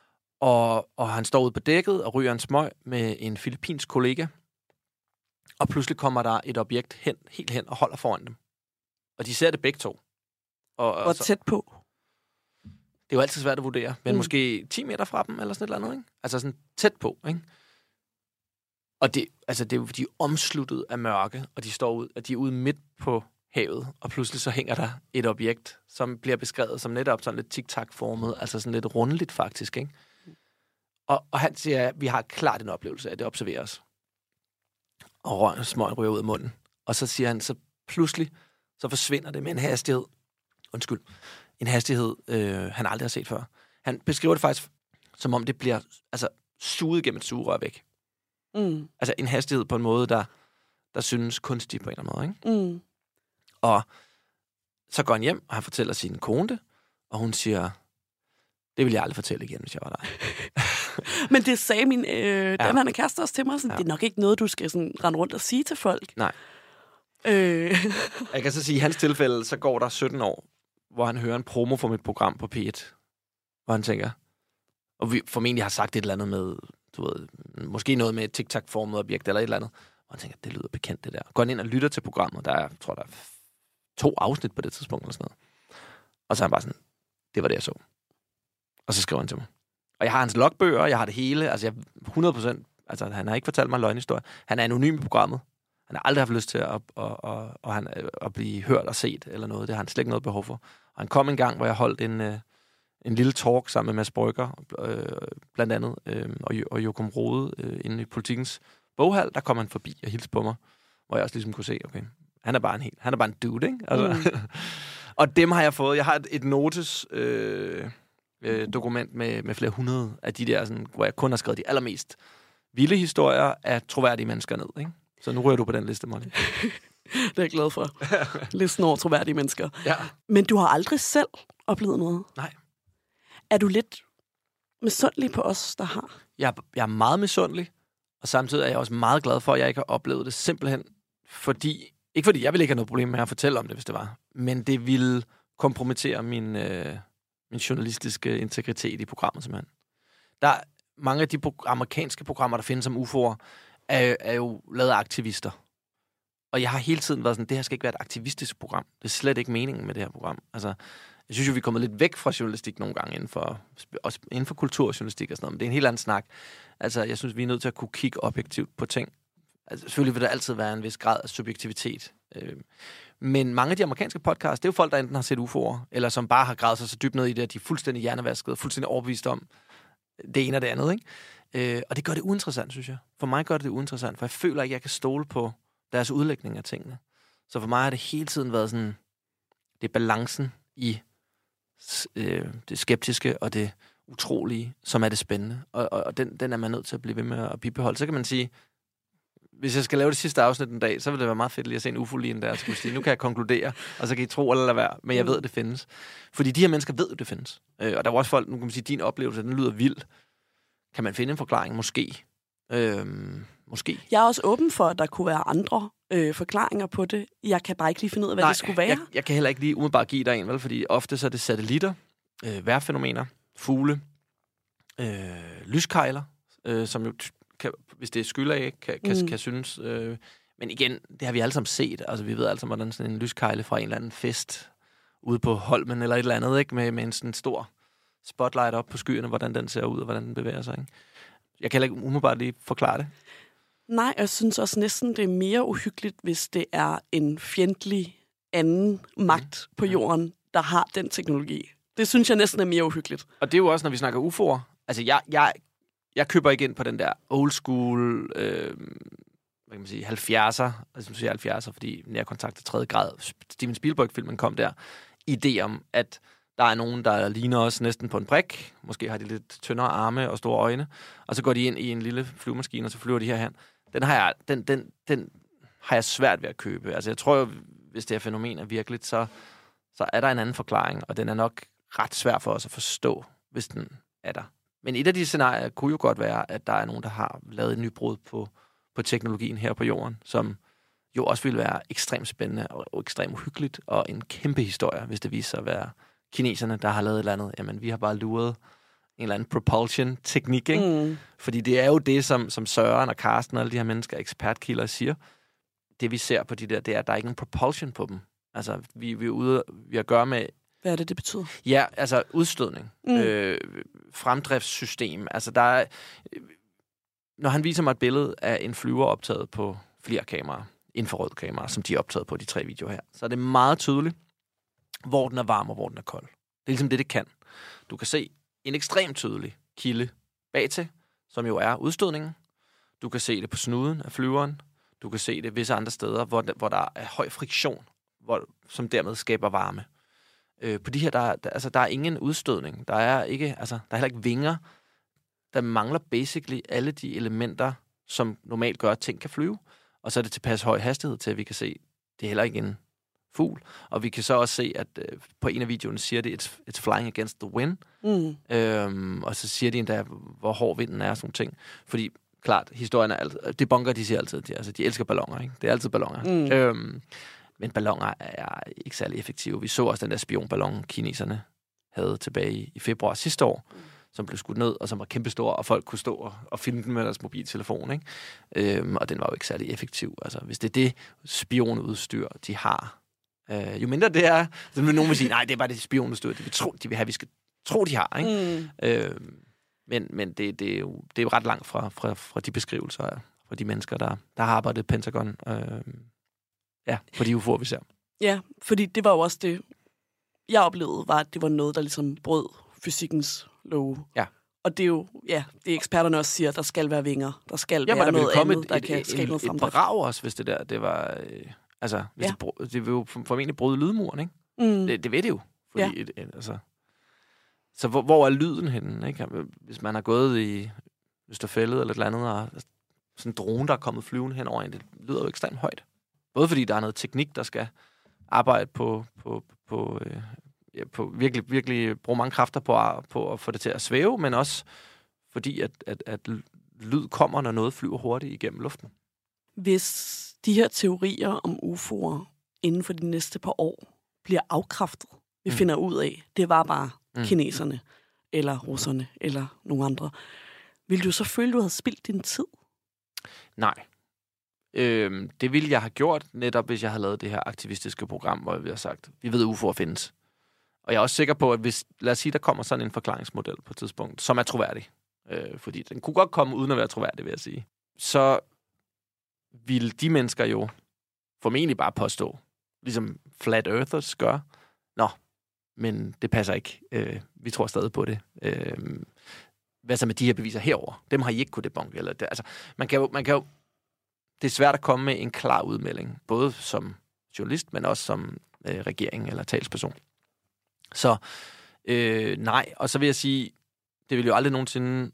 Og han står ude på dækket og ryger en smøg med en filippinsk kollega, og pludselig kommer der et objekt helt hen og holder foran dem. Og de ser det begge to. Og tæt på? Det er jo altid svært at vurdere, men måske 10 meter fra dem, eller sådan et eller andet, ikke? Altså sådan tæt på, ikke? Og det er jo, de er omsluttet af mørke, og de er ude midt på havet, og pludselig så hænger der et objekt, som bliver beskrevet som netop sådan lidt tic-tac-formet, altså sådan lidt rundeligt faktisk, ikke? Og han siger, at vi har klart en oplevelse af, at det observeres. Og smøgen ryger ud af munden. Og så siger han, så pludselig, så forsvinder det med en hastighed. En hastighed, han aldrig har set før. Han beskriver det faktisk, som om det bliver suget gennem et sugerør væk. Altså en hastighed på en måde, der synes kunstig på en eller anden måde, ikke? Og så går han hjem, og han fortæller sin kone det, og hun siger, det vil jeg aldrig fortælle igen, hvis jeg var dig. Men det sagde min daværende kæreste også til mig, sådan, det er nok ikke noget, du skal sådan rende rundt og sige til folk. Nej. Jeg kan så sige, i hans tilfælde, så går der 17 år, hvor han hører en promo for mit program på P1, hvor han tænker, og vi formentlig har sagt et eller andet med, du ved, måske noget med et tic-tac-formet objekt eller et eller andet, og han tænker, det lyder bekendt det der. Går han ind og lytter til programmet, tror der er 2 afsnit på det tidspunkt, eller sådan noget. Og så er han bare sådan, det var det, jeg så. Og så skriver han til mig. Og jeg har hans logbøger, jeg har det hele, altså jeg 100%, altså han har ikke fortalt mig en løgnhistorie. Han er anonym i programmet. Han har aldrig haft lyst til at blive hørt og set, eller noget. Det har han slet ikke noget behov for. Og han kom en gang, hvor jeg holdt en lille talk sammen med Mads Brygger, blandt andet, og Joachim Rode inde i Politikens boghal. Der kom han forbi og hilste på mig, hvor jeg også ligesom kunne se, okay, han er bare en dude, ikke? Altså, og dem har jeg fået. Jeg har et notes dokument med flere hundrede af de der, sådan, hvor jeg kun har skrevet de allermest vilde historier af troværdige mennesker ned, ikke? Så nu rører du på den liste, Molly. Det er jeg glad for. Listen over troværdige mennesker. Ja. Men du har aldrig selv oplevet noget? Nej. Er du lidt misundelig på os, der har? Jeg er meget misundelig, og samtidig er jeg også meget glad for, at jeg ikke har oplevet det, simpelthen fordi, ikke fordi jeg ville ikke have noget problem med at fortælle om det, hvis det var, men det ville kompromittere min journalistiske integritet i programmet, simpelthen. Der er mange af de amerikanske programmer, der findes som UFO'er, er jo lavet af aktivister. Og jeg har hele tiden været sådan, det her skal ikke være et aktivistisk program. Det er slet ikke meningen med det her program. Altså, jeg synes jo, vi er kommet lidt væk fra journalistik nogle gange inden for kulturjournalistik og sådan noget, men det er en helt anden snak. Altså, jeg synes, vi er nødt til at kunne kigge objektivt på ting. Altså, selvfølgelig vil der altid være en vis grad af subjektivitet. Men mange af de amerikanske podcasts, det er jo folk, der enten har set UFO'er, eller som bare har gravet sig så dybt ned i det, at de er fuldstændig hjernevasket og fuldstændig overbevist om det ene og det andet, ikke? Og det gør det uinteressant, synes jeg. For mig gør det uinteressant, for jeg føler ikke, at jeg kan stole på deres udlægning af tingene. Så for mig har det hele tiden været sådan, det er balancen i det skeptiske og det utrolige, som er det spændende. Og den er man nødt til at blive ved med at bibeholde. Så kan man sige, hvis jeg skal lave det sidste afsnit en dag, så vil det være meget fedt lige at se en UFO lige en der, skulle sige, nu kan jeg konkludere, og så kan I tro eller lade være, men jeg ved, at det findes. Fordi de her mennesker ved, at det findes. Og der er også folk, nu kan man sige, din oplevelse, den lyder vild. Kan man finde en forklaring? Måske. Måske. Jeg er også åben for, at der kunne være andre forklaringer på det. Jeg kan bare ikke lige finde ud af, hvad det skulle være. Jeg kan heller ikke lige umiddelbart give dig en, vel? Fordi ofte så er det satellitter, vejrfænomener, fugle, lyskejler, som jo, hvis det er skylder, kan synes. Men igen, det har vi alle sammen set. Altså, vi ved alle sammen, hvordan sådan en lyskejle fra en eller anden fest ude på Holmen eller et eller andet, ikke? Med en sådan stor spotlight op på skyerne, hvordan den ser ud og hvordan den bevæger sig, ikke? Jeg kan heller ikke umiddelbart lige forklare det. Nej, jeg synes også næsten, det er mere uhyggeligt, hvis det er en fjendtlig anden magt på jorden, der har den teknologi. Det synes jeg næsten er mere uhyggeligt. Og det er jo også, når vi snakker UFO'er. Altså, jeg køber ikke ind på den der old school, hvad kan man sige, 70'er, altså nu siger jeg 70'er, fordi Nærkontakt til 3. grad, Steven Spielberg-filmen kom der, idé om, at der er nogen, der ligner os næsten på en brik. Måske har de lidt tyndere arme og store øjne. Og så går de ind i en lille flyvemaskine, og så flyver de herhen. Den har jeg svært ved at købe. Altså jeg tror jo, hvis det her fænomen er virkeligt, så er der en anden forklaring, og den er nok ret svær for os at forstå, hvis den er der. Men et af de scenarier kunne jo godt være, at der er nogen, der har lavet et nybrud på teknologien her på jorden, som jo også ville være ekstremt spændende og ekstremt uhyggeligt, og en kæmpe historie, hvis det viser sig at være kineserne, der har lavet et eller andet. Jamen, vi har bare luret en eller anden propulsion-teknik, ikke? Fordi det er jo det, som Søren og Carsten og alle de her mennesker, ekspertkilder, siger. Det, vi ser på de der, det er, at der er ikke nogen propulsion på dem. Altså, vi er ude at gøre med... Hvad er det betyder? Ja, altså udstødning. Fremdriftssystem. Altså, der er... Når han viser mig et billede af en flyver optaget på flere kameraer, infrarødkameraer, som de er optaget på de 3 videoer her, så er det meget tydeligt, hvor den er varm og hvor den er kold. Det er ligesom det kan. Du kan se en ekstremt tydelig kilde bagtil, som jo er udstødningen. Du kan se det på snuden af flyveren. Du kan se det visse andre steder, hvor der er høj friktion, som dermed skaber varme. På de her, der er ingen udstødning. Der er heller ikke vinger. Der mangler basically alle de elementer, som normalt gør, at ting kan flyve. Og så er det tilpas høj hastighed til, at vi kan se, det er heller ikke en fugl. Og vi kan så også se, at på en af videoerne siger det, it's flying against the wind. Og så siger de endda, hvor hård vinden er og sådan ting. Fordi, klart, historien er altid... Det bunker, de siger altid. De elsker balloner, ikke? Det er altid balloner. Men balloner er ikke særlig effektive. Vi så også den der spionballon, kineserne havde tilbage i februar sidste år, som blev skudt ned, og som var kæmpestor, og folk kunne stå og filme den med deres mobiltelefon, ikke? Og den var jo ikke særlig effektiv. Altså, hvis det er det spionudstyr, de har Jo mindre det er, så vil nogen vil sige, nej, det er bare det spionudstyr, de vil have, vi skal tro, de har. Ikke? Men det er jo ret langt fra de beskrivelser fra de mennesker, der har arbejdet i Pentagon. På de UFO'er, vi ser. Ja, fordi det var jo også det, jeg oplevede, var, at det var noget, der ligesom brød fysikkens love. Ja. Og det er jo, det eksperterne også siger, der skal være vinger. Der skal være noget andet, der kan skabe noget fremdrift. Et brag også, hvis det var... det vil jo formentlig bryde lydmuren, ikke? Det ved det jo. Fordi så hvor er lyden henne, ikke? Hvis man har gået i Østerfællet eller et eller andet, og sådan en drone, der er kommet flyvende hen over en, det lyder jo ekstremt højt. Både fordi der er noget teknik, der skal arbejde på virkelig, virkelig bruge mange kræfter på at få det til at svæve, men også fordi, at lyd kommer, når noget flyver hurtigt igennem luften. Hvis de her teorier om UFO'er inden for de næste par år bliver afkræftet, vi finder ud af, det var bare kineserne, eller russerne, eller nogle andre, vil du så føle, du havde spildt din tid? Nej. Det ville jeg have gjort, netop hvis jeg havde lavet det her aktivistiske program, hvor vi har sagt, vi ved, UFO'er findes. Og jeg er også sikker på, at hvis, lad os sige, der kommer sådan en forklaringsmodel på et tidspunkt, som er troværdig, fordi den kunne godt komme uden at være troværdig, vil jeg sige, så ville de mennesker jo formentlig bare påstå, ligesom Flat Earthers gør, men det passer ikke. Vi tror stadig på det. Hvad så med de her beviser herover? Dem har I ikke kunne debunke. Eller det, altså, man kan jo, det er svært at komme med en klar udmelding, både som journalist, men også som regering eller talsperson. Så nej, og så vil jeg sige, det vil jo aldrig nogensinde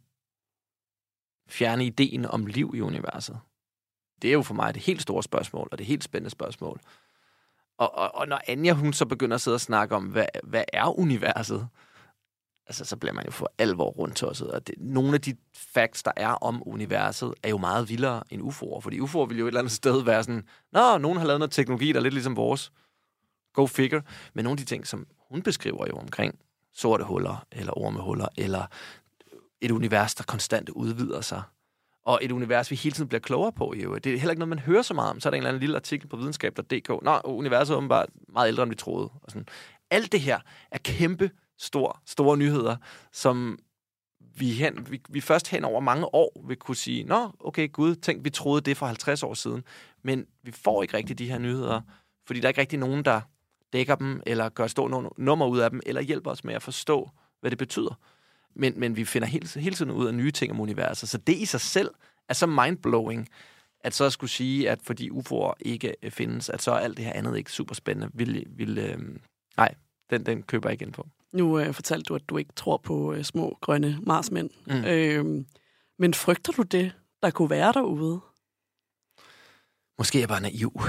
fjerne ideen om liv i universet. Det er jo for mig det helt store spørgsmål, og det helt spændende spørgsmål. Og når Anja, hun så begynder at sidde og snakke om, hvad er universet, altså, så bliver man jo for alvor rundtosset. Og nogle af de facts, der er om universet, er jo meget vildere end UFO'er. Fordi UFO'er vil jo et eller andet sted være sådan, nogen har lavet noget teknologi, der er lidt ligesom vores. Go figure. Men nogle af de ting, som hun beskriver jo omkring sorte huller, eller ormehuller, eller et univers, der konstant udvider sig. Og et univers, vi hele tiden bliver klogere på. Jo. Det er heller ikke noget, man hører så meget om. Så er der en eller anden lille artikel på videnskab.dk. Universet er åbenbart meget ældre, end vi troede. Og sådan. Alt det her er kæmpe store nyheder, som vi først hen over mange år vil kunne sige, okay, gud, tænk, vi troede det for 50 år siden. Men vi får ikke rigtig de her nyheder, fordi der er ikke rigtig nogen, der dækker dem, eller gør et stort nummer ud af dem, eller hjælper os med at forstå, hvad det betyder. Men vi finder hele tiden ud af nye ting om universet. Så det i sig selv er så mindblowing, at så skulle sige, at fordi UFO'er ikke findes, at så er alt det her andet ikke super spændende. Nej, den køber jeg ikke ind på. Nu fortalte du, at du ikke tror på små grønne marsmænd. Men frygter du det, der kunne være derude? Måske er jeg bare naiv.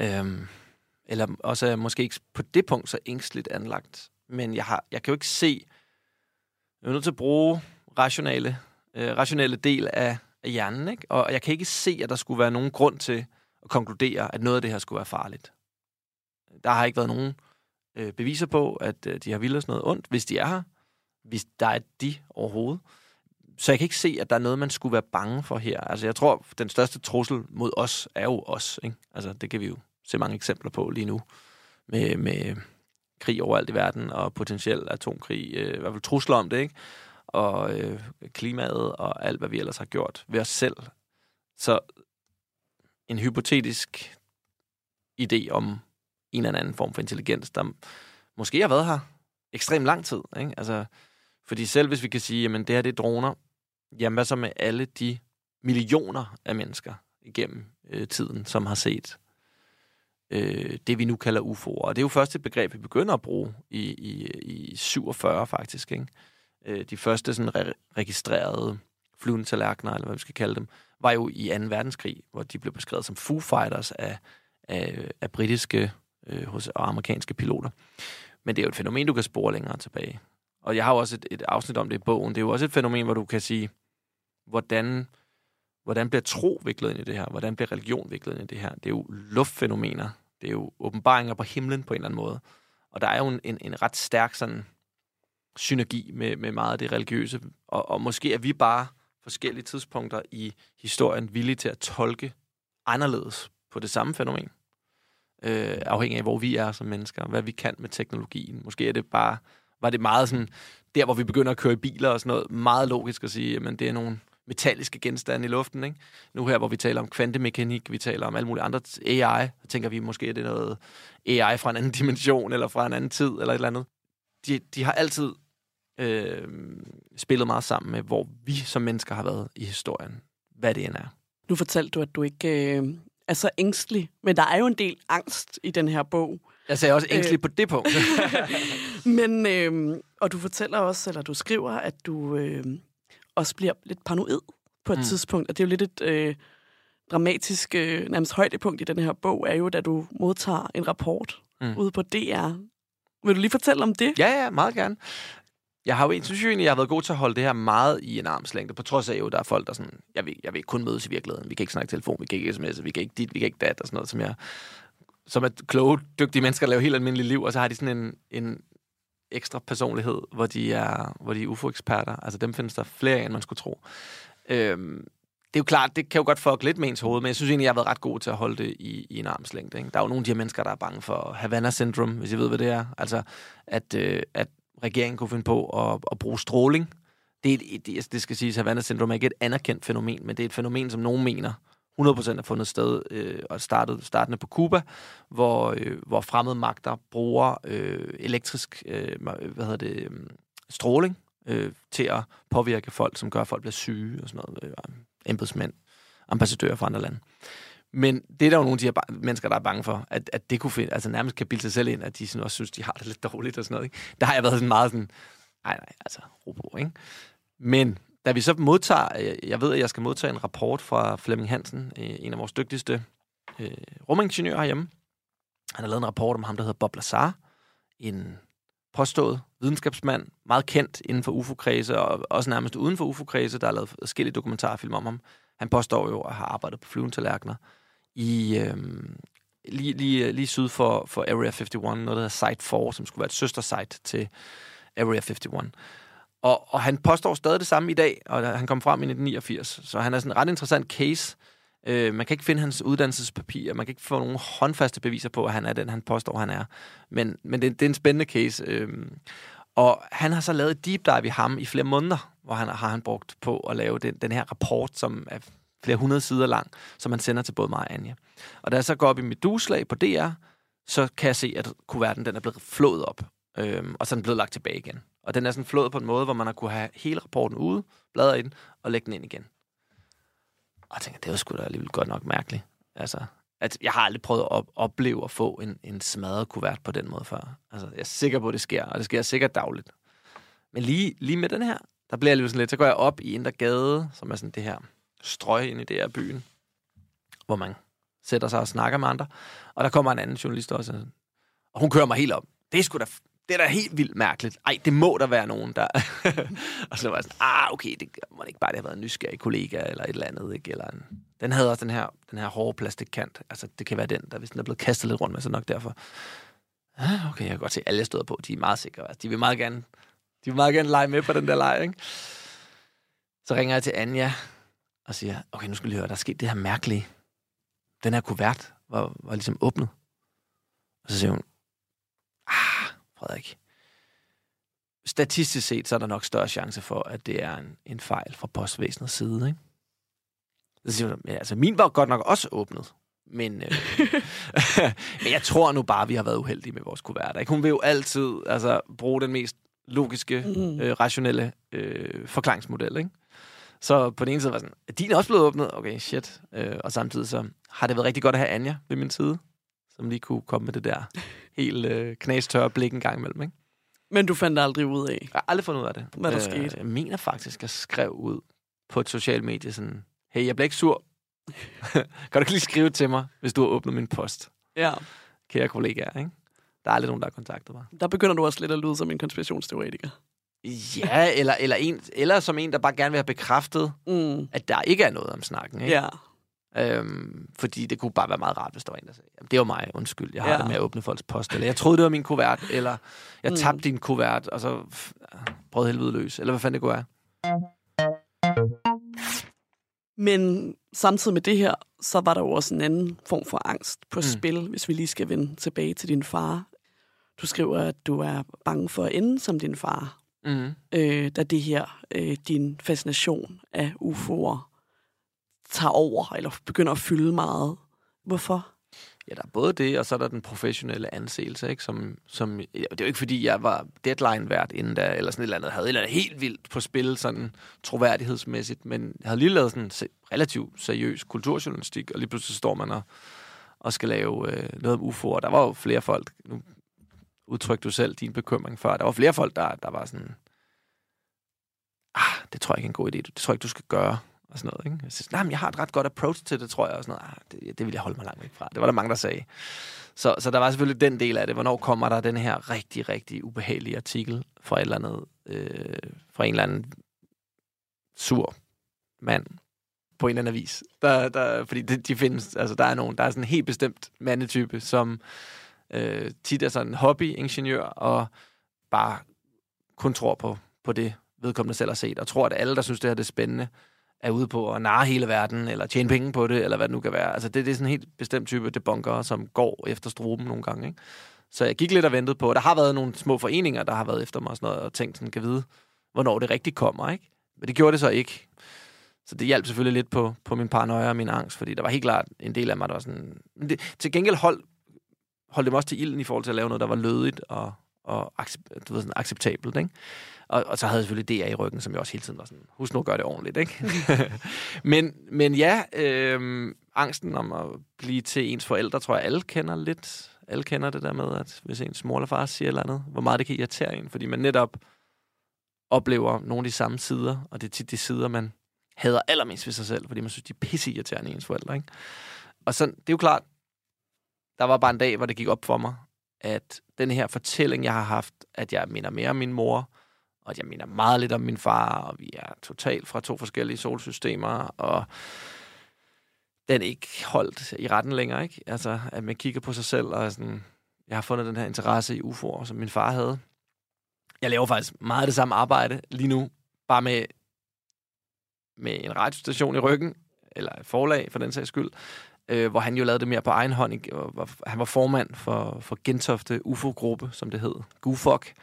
Eller også måske ikke på det punkt så ængstligt anlagt. Men jeg kan jo ikke se... Jeg er nødt til at bruge rationelle del af hjernen, ikke? Og jeg kan ikke se, at der skulle være nogen grund til at konkludere, at noget af det her skulle være farligt. Der har ikke været nogen beviser på, at de har vildt os noget ondt, hvis de er her. Hvis der er de overhovedet. Så jeg kan ikke se, at der er noget, man skulle være bange for her. Altså, jeg tror, den største trussel mod os er jo os, ikke? Altså, det kan vi jo se mange eksempler på lige nu. Med krig overalt i verden, og potentiel atomkrig, i hvert fald trusler om det, ikke? Og klimaet, og alt, hvad vi ellers har gjort ved os selv. Så en hypotetisk idé om en eller anden form for intelligens, der måske har været her ekstremt lang tid, ikke? Altså, fordi selv hvis vi kan sige, jamen det her det er droner, jamen hvad så med alle de millioner af mennesker igennem tiden, som har set det, vi nu kalder UFO'er. Og det er jo først et begreb, vi begynder at bruge i 47 faktisk, ikke? De første sådan registrerede flyvende tallerkener, eller hvad vi skal kalde dem, var jo i 2. verdenskrig, hvor de blev beskrevet som Foo Fighters af britiske og amerikanske piloter. Men det er jo et fænomen, du kan spore længere tilbage. Og jeg har jo også et afsnit om det i bogen. Det er jo også et fænomen, hvor du kan sige, hvordan bliver tro viklet ind i det her? Hvordan bliver religion viklet ind i det her? Det er jo luftfænomener. Det er jo åbenbaringer på himlen på en eller anden måde. Og der er jo en ret stærk sådan synergi med meget af det religiøse. Og måske er vi bare forskellige tidspunkter i historien villige til at tolke anderledes på det samme fænomen. afhængig af, hvor vi er som mennesker, hvad vi kan med teknologien. Måske er det bare, var det meget sådan, der hvor vi begynder at køre i biler og sådan noget, meget logisk at sige, men det er nogle metalliske genstande i luften, ikke? Nu her, hvor vi taler om kvantemekanik, vi taler om alle mulige andre AI, så tænker vi måske, at det er noget AI fra en anden dimension, eller fra en anden tid, eller et eller andet. De har altid spillet meget sammen med, hvor vi som mennesker har været i historien. Hvad det end er. Nu fortalte du, at du ikke er så ængstelig, men der er jo en del angst i den her bog. Jeg sagde også ængstelig på det punkt. Men, og du fortæller også, eller du skriver, at du også bliver lidt paranoid på et tidspunkt, og det er jo lidt et dramatisk, nærmest højdepunkt i den her bog, er jo, da du modtager en rapport ude på DR. Vil du lige fortælle om det? Ja, meget gerne. Jeg har jo synes jo egentlig, jeg har været god til at holde det her meget i en armslængde, på trods af jo, der er folk, der sådan, jeg vil ikke kun mødes i virkeligheden. Vi kan ikke snakke telefon, vi kan ikke sms'e, vi kan ikke dit, vi kan ikke dat, og sådan noget, som er kloge, dygtige mennesker, der laver helt almindeligt liv, og så har de sådan en ekstra personlighed, hvor de er UFO-eksperter. Altså dem findes der flere af, end man skulle tro. Det er jo klart, det kan jo godt fuck lidt med ens hoved, men jeg synes egentlig, jeg har været ret god til at holde det i en armslængde. Ikke? Der er jo nogle af de her mennesker, der er bange for Havana Syndrome, hvis I ved, hvad det er. Altså, at regeringen kunne finde på at bruge stråling. Det skal siges, Havana Syndrome er ikke et anerkendt fænomen, men det er et fænomen, som nogen mener 100% er fundet sted og startende på Cuba, hvor fremmede magter bruger elektrisk stråling til at påvirke folk, som gør, at folk bliver syge og sådan noget. Embedsmænd, ambassadører fra andre lande. Men det er der jo nogle af de her mennesker, der er bange for, at det kunne finde, altså nærmest kan bilde sig selv ind, at de sådan også synes, de har det lidt dårligt og sådan noget. Ikke? Der har jeg været sådan meget sådan, nej, altså ro på, ikke? Men da vi så modtager, jeg ved, at jeg skal modtage en rapport fra Flemming Hansen, en af vores dygtigste rumingeniører herhjemme. Han har lavet en rapport om ham, der hedder Bob Lazar, en påstået videnskabsmand, meget kendt inden for UFO-kredse, og også nærmest uden for UFO-kredse, der er lavet forskellige dokumentarfilm om ham. Han påstår jo at have arbejdet på flyvende tallerkener i lige syd for Area 51, noget der hedder Site 4, som skulle være et søstersite til Area 51. Og han påstår stadig det samme i dag, og han kom frem i 1989, så han er sådan en ret interessant case. Man kan ikke finde hans uddannelsespapirer, man kan ikke få nogle håndfaste beviser på, at han er den, han påstår, han er. Men det er en spændende case. Og han har så lavet et deep dive i ham i flere måneder, hvor har han brugt på at lave den her rapport, som er flere 100 sider lang, som man sender til både mig og Anja. Og da jeg så går op i mit dueslag på DR, så kan jeg se, at kuverten den er blevet flået op, og så er den blevet lagt tilbage igen. Og den er sådan flået på en måde, hvor man har kunne have hele rapporten ude, bladre i den, og lægge den ind igen. Og jeg tænker, det er jo sgu da alligevel godt nok mærkeligt. Altså, at jeg har aldrig prøvet at opleve at få en smadret kuvert på den måde før. Altså, jeg er sikker på, at det sker, og det sker sikkert dagligt. Men lige med den her, der bliver jeg lige sådan lidt, så går jeg op i Indre Gade, som er sådan det her strøg ind i det her byen, hvor man sætter sig og snakker med andre. Og der kommer en anden journalist også, og hun kører mig helt op. Det er da helt vildt mærkeligt. Ej, det må der være nogen, der... Og så var jeg sådan, okay, det må ikke bare det have været en nysgerrig kollega, eller et eller andet, ikke? Eller den havde også den her hårde plastikkant. Altså, det kan være den, der hvis den er blevet kastet lidt rundt med, så nok derfor. Okay, jeg kan godt se, alle jeg støder på, de er meget sikre. Altså, de vil meget gerne lege med på den der leg, ikke? Så ringer jeg til Anja og siger, okay, nu skal vi høre, der er sket det her mærkelige. Den her kuvert var ligesom åbnet. Og så siger hun, Frederik, statistisk set, så er der nok større chance for, at det er en fejl fra postvæsenets side, ikke? Så siger hun, ja, altså min var godt nok også åbnet, men men jeg tror nu bare, vi har været uheldige med vores kuverter, ikke? Hun vil jo altid bruge den mest logiske, rationelle forklaringsmodel, ikke? Så på den ene side var sådan, din er også blevet åbnet? Okay, shit. Og samtidig så har det været rigtig godt at have Anja ved min side, som lige kunne komme med det der helt knastørre blik en gang imellem, ikke? Men du fandt aldrig ud af? Jeg har aldrig fundet ud af det. Hvad der skete? Jeg mener faktisk, at jeg skrev ud på et socialt medie sådan, hey, jeg bliver ikke sur. Kan du ikke lige skrive til mig, hvis du har åbnet min post? Ja. Kære kollegaer, ikke? Der er aldrig nogen, der har kontaktet mig. Der begynder du også lidt at lyde som en konspirationsteoretiker. Ja, eller som en, der bare gerne vil have bekræftet, at der ikke er noget om snakken, ikke? Ja. Fordi det kunne bare være meget rart, hvis der var en, der sagde, jamen, det var mig, undskyld, jeg har det med at åbne folks post, eller jeg troede, det var min kuvert, eller jeg tabte din kuvert, og så brød helvede løs, eller hvad fanden det kunne være. Men samtidig med det her, så var der jo også en anden form for angst på spil, hvis vi lige skal vende tilbage til din far. Du skriver, at du er bange for at ende som din far. Da det her, din fascination af UFO'er, tager over, eller begynder at fylde meget. Hvorfor? Ja, der er både det, og så er der den professionelle anseelse, ikke? Som det er jo ikke, fordi jeg var deadline-vært inden da, eller sådan et eller andet, havde et eller andet helt vildt på spil, sådan troværdighedsmæssigt, men jeg havde lige lavet sådan relativt seriøs kulturjournalistik, og lige pludselig står man og skal lave noget om UFO'er. Der var jo flere folk, nu udtrykte du selv din bekymring før, der var flere folk, der var sådan, det tror jeg ikke er en god idé, det tror jeg ikke, du skal gøre. Og sådan noget, ikke? Jeg synes, jeg har et ret godt approach til det, tror jeg. Og sådan noget. Det vil jeg holde mig langt væk fra. Det var der mange, der sagde. Så der var selvfølgelig den del af det. Hvornår kommer der den her rigtig, rigtig ubehagelige artikel fra et eller andet, fra en eller anden sur mand på en eller anden avis. Fordi de findes, altså der er sådan en helt bestemt mandetype, som tit er sådan en hobbyingeniør, og bare kun tror på det, vedkommende selv har set, og tror, at alle, der synes, det her det er spændende, er ude på at narre hele verden, eller tjene penge på det, eller hvad det nu kan være. Altså, det er sådan en helt bestemt type debunkere, som går efter struben nogle gange, ikke? Så jeg gik lidt og ventede på, der har været nogle små foreninger, der har været efter mig og sådan noget, og tænkt sådan, kan vide, hvornår det rigtig kommer, ikke? Men det gjorde det så ikke. Så det hjalp selvfølgelig lidt på min paranoia og min angst, fordi der var helt klart en del af mig, der var sådan... Til gengæld holdt det mig også til ilden i forhold til at lave noget, der var lødigt og acceptabelt, ikke? Og så havde jeg selvfølgelig DR i ryggen, som jeg også hele tiden var sådan, husk nu at gøre det ordentligt, ikke? men ja, angsten om at blive til ens forældre, tror jeg, alle kender lidt. Alle kender det der med, at hvis ens mor eller far siger eller andet, hvor meget det kan irritere en, fordi man netop oplever nogle af de samme sider, og det er tit de sider, man hader allermest ved sig selv, fordi man synes, de er pisseirriterende ens forældre, ikke? Og så, det er jo klart, der var bare en dag, hvor det gik op for mig, at den her fortælling, jeg har haft, at jeg minder mere om min mor, og at jeg minder meget lidt om min far, og vi er totalt fra 2 forskellige solsystemer, og den ikke holdt i retten længere, ikke? Altså, at man kigger på sig selv, og sådan, jeg har fundet den her interesse i UFO'er, som min far havde. Jeg laver faktisk meget af det samme arbejde lige nu, bare med en radiostation i ryggen, eller et forlag for den sags skyld, hvor han jo lavede det mere på egen hånd. Han var formand for Gentofte UFO-gruppe, som det hed. GUFOC.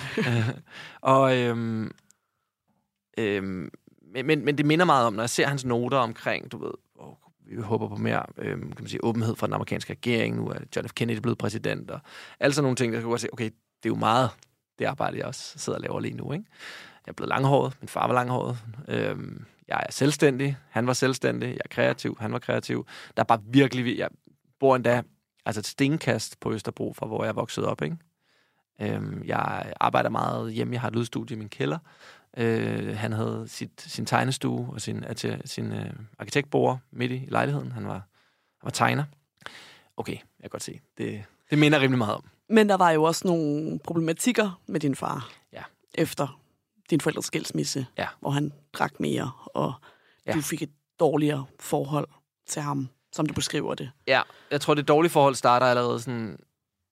Men det minder meget om, når jeg ser hans noter omkring, du ved, vi håber på mere kan man sige, åbenhed fra den amerikanske regering. Nu er John F. Kennedy blevet præsident, og alle sådan nogle ting, der kan godt se, okay, det er jo meget det arbejde, jeg også sidder og laver lige nu, ikke? Jeg er blevet langhåret, min far var langhåret. Jeg er selvstændig, han var selvstændig, jeg er kreativ, han var kreativ. Der er bare virkelig... Jeg bor endda et stenkast på Østerbro, fra hvor jeg voksede op, ikke? Jeg arbejder meget hjemme, jeg har et lydstudie i min kælder. Han havde sin tegnestue og sin arkitektbord midt i lejligheden. Han var tegner. Okay, jeg kan godt se. Det minder rimelig meget om. Men der var jo også nogle problematikker med din far. Ja. Efter din forældres skilsmisse, ja, hvor han drak mere, og du fik et dårligere forhold til ham, som du beskriver det. Ja, jeg tror, det dårlige forhold starter allerede sådan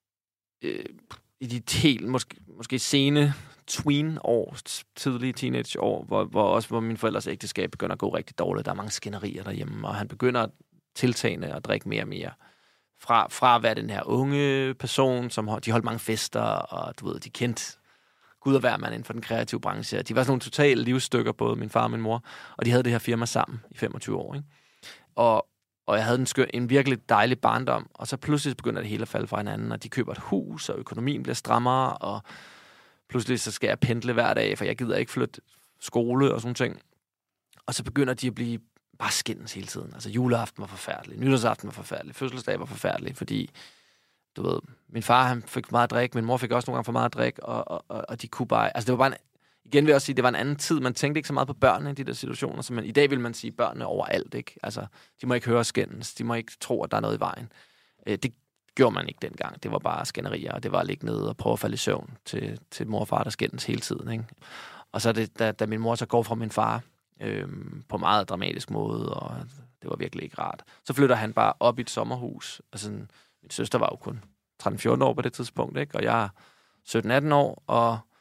i de helt, måske sene tween-år, tidlige teenage-år, hvor min forældres ægteskab begynder at gå rigtig dårligt. Der er mange skænderier derhjemme, og han begynder tiltagende at drikke mere og mere. Fra at være den her unge person, som de holdt mange fester, og du ved, de kendte Gud og hver mand inden for den kreative branche. De var sådan nogle totale livsstykker, både min far og min mor, og de havde det her firma sammen i 25 år, ikke? Og jeg havde en virkelig dejlig barndom, og så pludselig begynder det hele at falde fra hinanden, og de køber et hus, og økonomien bliver strammere, og pludselig så skal jeg pendle hver dag, for jeg gider ikke flytte skole og sådan ting. Og så begynder de at blive bare skændes hele tiden. Altså juleaften var forfærdelig, nytårsaften var forfærdelig, fødselsdag var forfærdelig, fordi du ved, min far han fik meget at drikke, min mor fik også nogle gange for meget at drikke, og de kunne bare... Altså det var bare igen vil jeg også sige, det var en anden tid. Man tænkte ikke så meget på børnene i de der situationer, så i dag vil man sige børnene overalt, ikke? Altså, de må ikke høre skændes, de må ikke tro, at der er noget i vejen. Det gjorde man ikke dengang. Det var bare skænderier, og det var at ligge nede og prøve at falde i søvn til mor og far, der skændes hele tiden, ikke? Og så da min mor så går fra min far på meget dramatisk måde, og det var virkelig ikke rart, så flytter han bare op i et sommerhus. Altså, min søster var jo kun 13-14 år på det tidspunkt, ikke? Og jeg er 17-18 år, og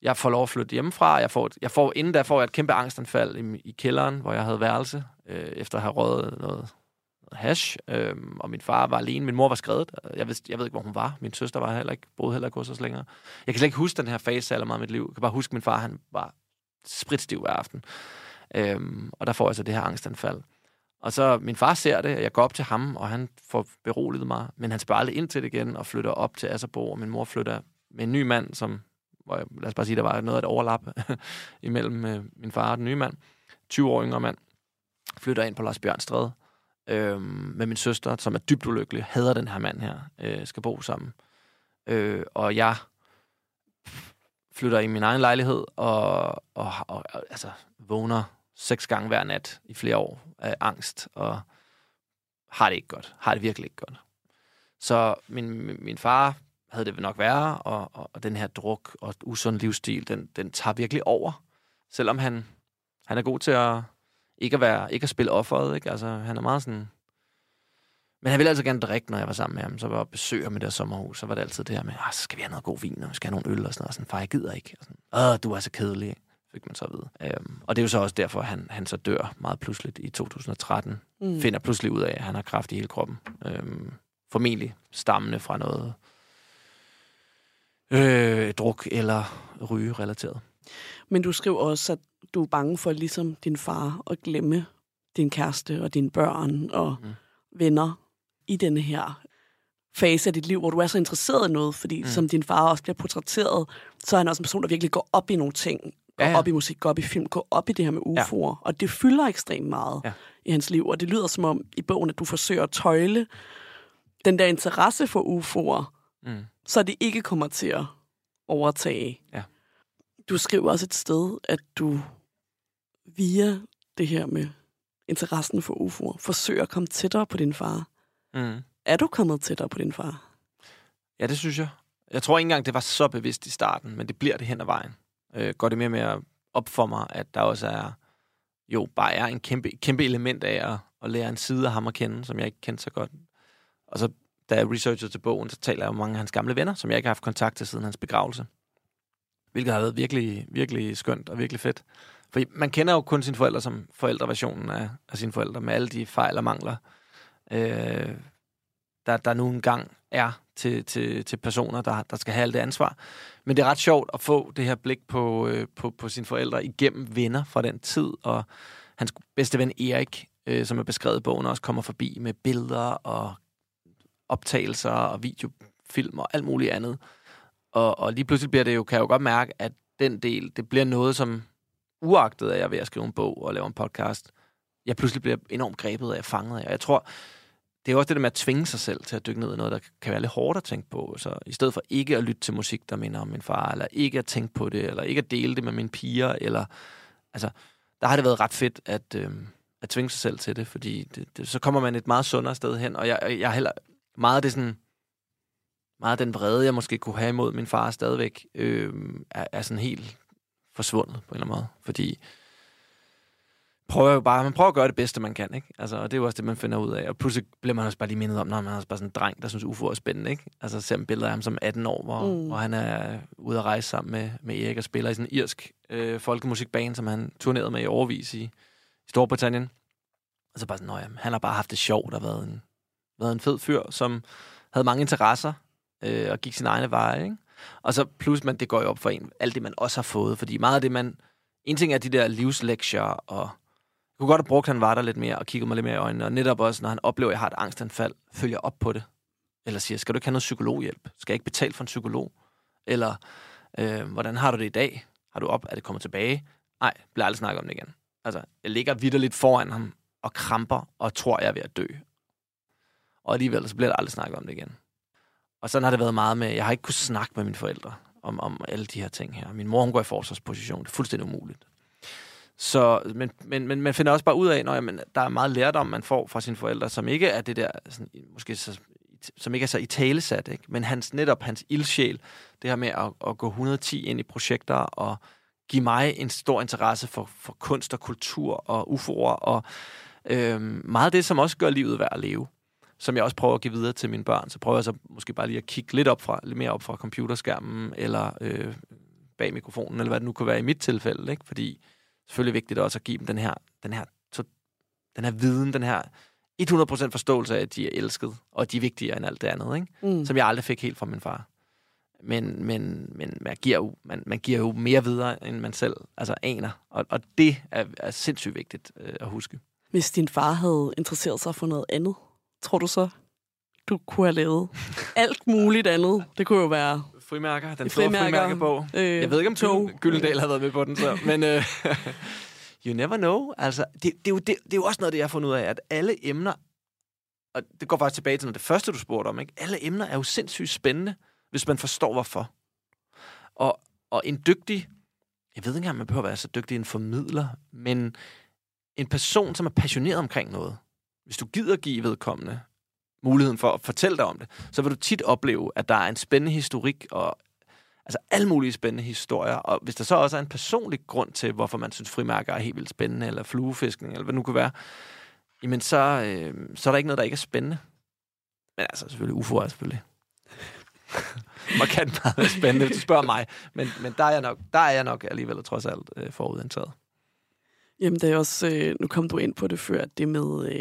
jeg får lov at flytte hjemmefra. Inden da får jeg et kæmpe angstanfald i kælderen, hvor jeg havde værelse, efter at have røget noget hash, og min far var alene. Min mor var skredet. Jeg ved ikke, hvor hun var. Min søster boede heller ikke hos os længere. Jeg kan slet ikke huske den her fase af meget af mit liv. Jeg kan bare huske, at min far han var spritstiv hver aften. Og der får jeg så det her angstanfald. Og så min far ser det, og jeg går op til ham, og han får beroliget mig. Men han spørger aldrig ind til det igen, og flytter op til Asserbo, og min mor flytter med en ny mand, lad os bare sige, der var noget af et overlap imellem min far og den nye mand. 20 år yngre mand. Flytter ind på Lars Bjørnstræde med min søster, som er dybt ulykkelig, hader den her mand her, skal bo sammen. Og jeg flytter i min egen lejlighed, og altså vågner 6 gange hver nat i flere år af angst, og har det ikke godt. Har det virkelig ikke godt. Så min far havde det nok værre, og den her druk og usund livsstil, den tager virkelig over. Selvom han er god til at ikke at spille offeret, ikke? Altså, han er meget sådan... Men han ville altså gerne drikke, når jeg var sammen med ham. Så var jeg besøger med det sommerhus, så var det altid det her med, så skal vi have noget god vin, og vi skal have nogle øl og sådan noget. Og sådan, far, jeg gider ikke. Og sådan, du er så kedelig, fik man så at vide. Og det er jo så også derfor, han så dør meget pludseligt i 2013. Finder pludselig ud af, at han har kræft i hele kroppen. Formentlig stammende fra noget druk eller ryge-relateret. Men du skriver også, at du er bange for, ligesom din far, at glemme din kæreste og dine børn og venner i denne her fase af dit liv, hvor du er så interesseret i noget, fordi som din far også bliver portrætteret, så er han også en person, der virkelig går op i nogle ting. Går op i musik, går op i film, går op i det her med UFO'er. Og det fylder ekstremt meget i hans liv. Og det lyder som om i bogen, at du forsøger at tøjle den der interesse for UFO'er, så det ikke kommer til at overtage. Ja. Du skriver også et sted, at du via det her med interessen for UFO'er forsøger at komme tættere på din far. Er du kommet tættere på din far? Ja, det synes jeg. Jeg tror ikke engang, det var så bevidst i starten, men det bliver det hen ad vejen. Går det mere op for mig, at der også er en kæmpe element af at lære en side af ham at kende, som jeg ikke kendte så godt. Og så, da jeg researchede til bogen, så taler jeg om mange af hans gamle venner, som jeg ikke har haft kontakt til siden hans begravelse. Hvilket har været virkelig, virkelig skønt og virkelig fedt. For man kender jo kun sine forældre som forældreversionen af sine forældre, med alle de fejl og mangler, der nu engang er til personer, der skal have alt det ansvar. Men det er ret sjovt at få det her blik på sine forældre igennem venner fra den tid, og hans bedste ven Erik, som er beskrevet i bogen, også kommer forbi med billeder og optagelser og videofilm og alt muligt andet. Og lige pludselig bliver det jo, kan jeg jo godt mærke, at den del, det bliver noget, som uagtet af jeg er ved at skrive en bog og lave en podcast, jeg pludselig bliver enormt grebet af, fanget af. Og jeg tror, det er også det der med at tvinge sig selv til at dykke ned i noget, der kan være lidt hårdt at tænke på. Så i stedet for ikke at lytte til musik, der minder om min far, eller ikke at tænke på det, eller ikke at dele det med mine piger, eller... Altså, der har det været ret fedt at tvinge sig selv til det, fordi så kommer man et meget sundere sted hen, og jeg heller... Meget af det sådan... Meget af den vrede, jeg måske kunne have imod min far stadigvæk, er sådan helt forsvundet på en eller anden måde. Fordi man prøver at gøre det bedste, man kan, ikke? Altså, og det er jo også det, man finder ud af. Og pludselig bliver man også bare lige mindet om, når man er bare sådan en dreng, der synes UFO er spændende, ikke? Altså, ser man billeder af ham som 18 år, hvor han er ude at rejse sammen med Erik og spiller i sådan en irsk folkemusikband, som han turnerede med i årevis i Storbritannien. Og så bare sådan, han har bare haft det sjovt og været en fed fyr, som havde mange interesser, og gik sin egne veje, ikke? Og så plus, det går jo op for en, alt det, man også har fået, fordi meget af det, en ting er de der livslektier, og jeg kunne godt have brugt, at han var der lidt mere, og kiggede mig lidt mere i øjnene, og netop også, når han oplever, at jeg har et angstanfald, følger op på det. Eller siger, skal du ikke have noget psykologhjælp? Skal jeg ikke betale for en psykolog? Eller, hvordan har du det i dag? Har du op? Er det kommet tilbage? Nej, bliver aldrig snakket om det igen. Altså, jeg ligger vitterligt foran ham, og kramper, og tror, jeg er ved at dø. Og alligevel, så bliver der aldrig snakket om det igen. Og sådan har det været meget med, jeg har ikke kunnet snakke med mine forældre om alle de her ting her. Min mor, hun går i forsvarsposition. Det er fuldstændig umuligt. Så, men man finder også bare ud af, at der er meget lærdom, man får fra sine forældre, som ikke er det der, sådan, måske som ikke er så italesat, ikke? Men hans ildsjæl, det her med at gå 110 ind i projekter og give mig en stor interesse for kunst og kultur og UFO'er og meget af det, som også gør livet værd at leve, som jeg også prøver at give videre til mine børn. Så prøver jeg så måske bare lige at kigge lidt mere op fra computerskærmen, eller bag mikrofonen, eller hvad det nu kunne være i mit tilfælde, ikke? Fordi selvfølgelig er vigtigt også at give dem den her viden, den her 100% forståelse af, at de er elsket, og at de er vigtigere end alt det andet, ikke? Som jeg aldrig fik helt fra min far. Men man giver jo mere videre, end man selv aner. Og det er sindssygt vigtigt at huske. Hvis din far havde interesseret sig for noget andet, tror du så, du kunne have lavet alt muligt andet? Det kunne jo være... Frimærker, den store frimærkebog. Jeg ved ikke, om Gyldendal har været med på den, så. Men you never know. Altså, det er jo også noget, det jeg har fundet ud af, at alle emner, og det går faktisk tilbage til noget det første, du spurgte om, ikke? Alle emner er jo sindssygt spændende, hvis man forstår, hvorfor. Og en dygtig, jeg ved ikke engang, man behøver at være så dygtig en formidler, men en person, som er passioneret omkring noget, hvis du gider give vedkommende muligheden for at fortælle dig om det, så vil du tit opleve, at der er en spændende historik, og alle mulige spændende historier, og hvis der så også er en personlig grund til, hvorfor man synes, frimærker er helt vildt spændende, eller fluefiskning, eller hvad det nu kan være, jamen så er der ikke noget, der ikke er spændende. Men selvfølgelig UFO'er er selvfølgelig markant meget spændende, hvis du spørger mig. Men der er jeg nok alligevel trods alt forudindtaget. Jamen, det er også, nu kom du ind på det før, det med,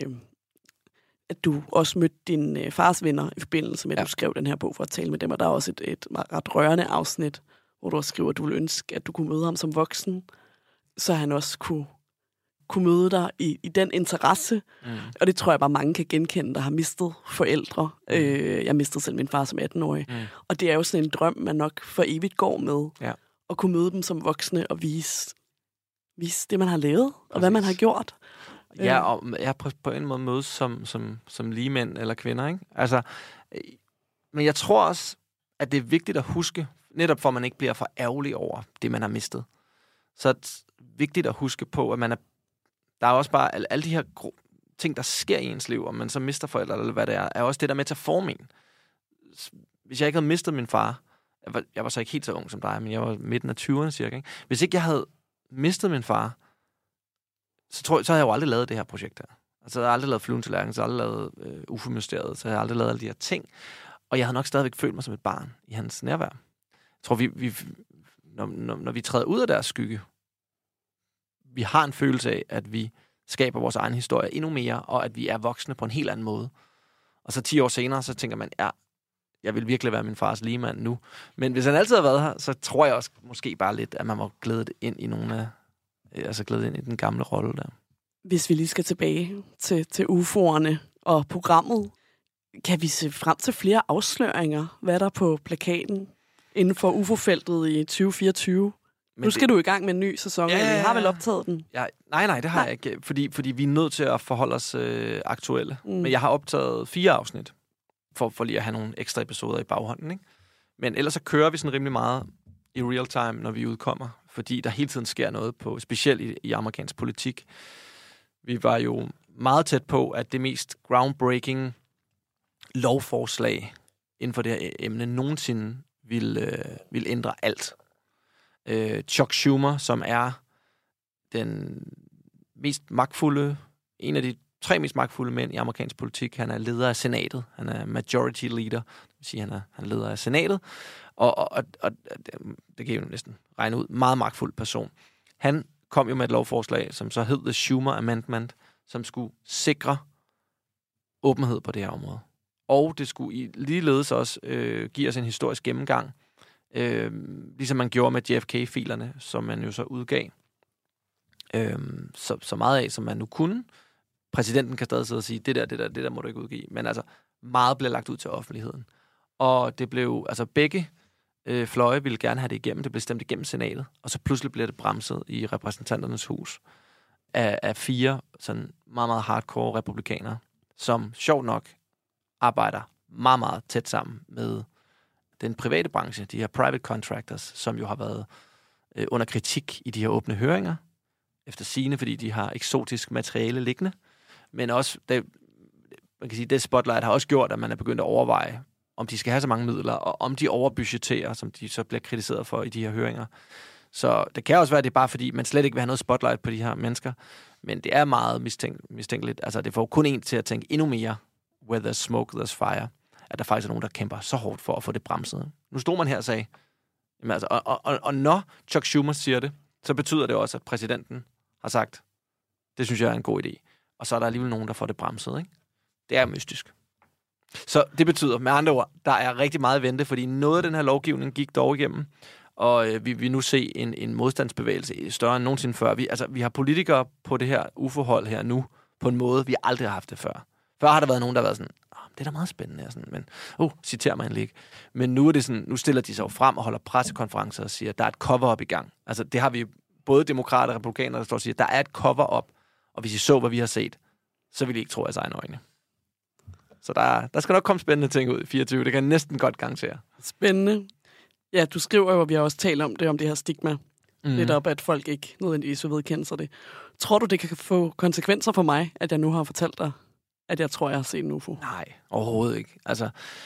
at du også mødte din fars venner i forbindelse med, at du skrev den her bog for at tale med dem, og der er også et ret rørende afsnit, hvor du også skriver, at du ville ønske, at du kunne møde ham som voksen, så han også kunne møde dig i den interesse. Og det tror jeg bare, mange kan genkende, der har mistet forældre. Jeg mistede selv min far som 18-årig. Og det er jo sådan en drøm, man nok for evigt går med. Ja. At kunne møde dem som voksne og vise det, man har lavet, og hvad man har gjort. Ja, og jeg på en måde mødes som lige mænd eller kvinder, ikke? Men jeg tror også, at det er vigtigt at huske, netop for at man ikke bliver for ærgerlig over det, man har mistet. Så er det vigtigt at huske på, at der er også bare alle de her ting, der sker i ens liv, om man så mister forældre, eller hvad det er også det, der er med til at forme en. Hvis jeg ikke havde mistet min far, jeg var så ikke helt så ung som dig, men jeg var midten af 20'erne cirka, ikke? Hvis ikke jeg havde mistet min far, så havde jeg jo aldrig lavet det her projekt her. Altså, jeg havde aldrig lavet Fluen til Lærken, så jeg havde aldrig lavet UFO-mysteriet, så jeg havde aldrig lavet alle de her ting. Og jeg havde nok stadigvæk følt mig som et barn i hans nærvær. Jeg tror, når vi træder ud af deres skygge, vi har en følelse af, at vi skaber vores egen historie endnu mere, og at vi er voksne på en helt anden måde. Og så 10 år senere, så tænker man, jeg vil virkelig være min fars ligemand nu. Men hvis han altid har været her, så tror jeg også måske bare lidt, at man må glæde ind i glæde ind i den gamle rolle der. Hvis vi lige skal tilbage til UFO'erne og programmet, kan vi se frem til flere afsløringer? Hvad er der på plakaten inden for UFO-feltet i 2024? Men nu skal du i gang med en ny sæson, eller vi har vel optaget den? Ja, nej, det har jeg ikke, fordi vi er nødt til at forholde os aktuelle. Men jeg har optaget 4 afsnit, for lige at have nogle ekstra episoder i baghånden, ikke? Men ellers så kører vi sådan rimelig meget i real time, når vi udkommer, fordi der hele tiden sker noget specielt i amerikansk politik. Vi var jo meget tæt på, at det mest groundbreaking lovforslag inden for det her emne nogensinde ville ændre alt. Chuck Schumer, som er den mest magtfulde, en af de 3 mest magtfulde mænd i amerikansk politik. Han er leder af senatet. Han er majority leader. Det vil sige, han er leder af senatet. Og det kan jo næsten regne ud. Meget magtfuld person. Han kom jo med et lovforslag, som så hed The Schumer Amendment, som skulle sikre åbenhed på det her område. Og det skulle ligeledes også give os en historisk gennemgang, ligesom man gjorde med JFK-filerne, som man jo så udgav. Så meget af, som man nu kunne. Præsidenten kan stadig sidde og sige, det der må du ikke udgive. Men altså, meget blev lagt ud til offentligheden. Og det blev, begge fløje ville gerne have det igennem. Det blev stemt igennem senatet. Og så pludselig blev det bremset i repræsentanternes hus af 4 sådan meget, meget hardcore republikanere, som sjovt nok arbejder meget, meget tæt sammen med den private branche, de her private contractors, som jo har været under kritik i de her åbne høringer, efter sigende, fordi de har eksotisk materiale liggende. Men også, man kan sige, det spotlight har også gjort, at man er begyndt at overveje, om de skal have så mange midler, og om de overbudgeterer, som de så bliver kritiseret for i de her høringer. Så det kan også være, at det er bare fordi, man slet ikke vil have noget spotlight på de her mennesker. Men det er meget mistænkeligt. Altså, det får kun en til at tænke endnu mere, where there's smoke, there's fire. At der faktisk er nogen, der kæmper så hårdt for at få det bremset. Nu stod man her og sagde, Jamen, altså, og når Chuck Schumer siger det, så betyder det også, at præsidenten har sagt, det synes jeg er en god idé. Og så er der alligevel nogen, der får det bremset, ikke? Det er mystisk. Så det betyder, med andre ord, der er rigtig meget at vente, fordi noget af den her lovgivning gik dog igennem, og vi vil nu se en modstandsbevægelse større end nogensinde før. Vi har politikere på det her uforhold her nu, på en måde, vi aldrig har haft det før. Før har der været nogen, der har været sådan, det er da meget spændende, sådan, men citer mig endelig ikke. Men nu er det sådan, nu stiller de sig jo frem og holder pressekonferencer og siger, at der er et cover-up i gang. Altså det har vi både demokrater og republikanere, der står og siger, at der er et cover-up, og hvis I så, hvad vi har set, så vil I ikke tro jeres egne øjne. Så der skal nok komme spændende ting ud i 24. Det kan jeg næsten godt garantere. Spændende. Ja, du skriver jo, og vi har også talt om det her stigma. Lidt op, at folk ikke nødvendigvis vil vedkende sig det. Tror du, det kan få konsekvenser for mig, at jeg nu har fortalt dig, at jeg tror, jeg har set en UFO? Nej, overhovedet ikke. Altså,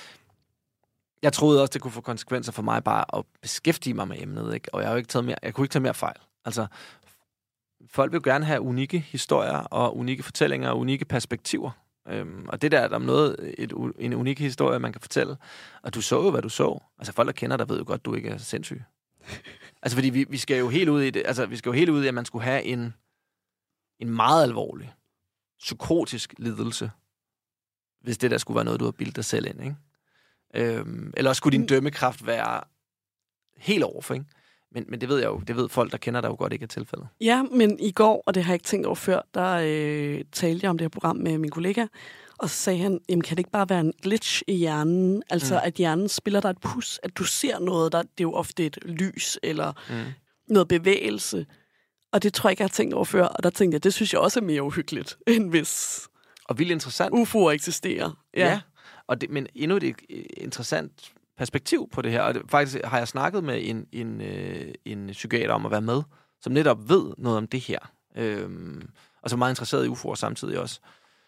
jeg troede også, det kunne få konsekvenser for mig bare at beskæftige mig med emnet, ikke? Og jeg kunne ikke tage mere fejl. Altså, folk vil gerne have unikke historier og unikke fortællinger og unikke perspektiver. Og det der er noget, en unik historie, man kan fortælle. Og du så jo, hvad du så. Altså, folk, der kender dig, ved jo godt, du ikke er sindssyg. Altså, fordi vi skal jo helt ud i det. Altså, vi skal jo helt ud i, at man skulle have en meget alvorlig, psykotisk lidelse, hvis det der skulle være noget, du har bildet dig selv ind, ikke? Eller også skulle din dømmekraft være helt overfor, ikke? Men det ved jeg jo, det ved folk, der kender dig jo godt ikke er tilfældet. Ja, men i går, og det har jeg ikke tænkt over før, der talte jeg om det her program med min kollega, og så sagde han, jamen kan det ikke bare være en glitch i hjernen? Altså at hjernen spiller dig et pus, at du ser noget, det er jo ofte et lys eller noget bevægelse. Og det tror jeg ikke, jeg har tænkt over før, og der tænkte jeg, det synes jeg også er mere uhyggeligt, end hvis og vildt interessant. UFO'er eksisterer. Ja. Og men endnu et interessant perspektiv på det her, og faktisk har jeg snakket med en psykiater om at være med, som netop ved noget om det her, og som er meget interesseret i UFO'er samtidig også.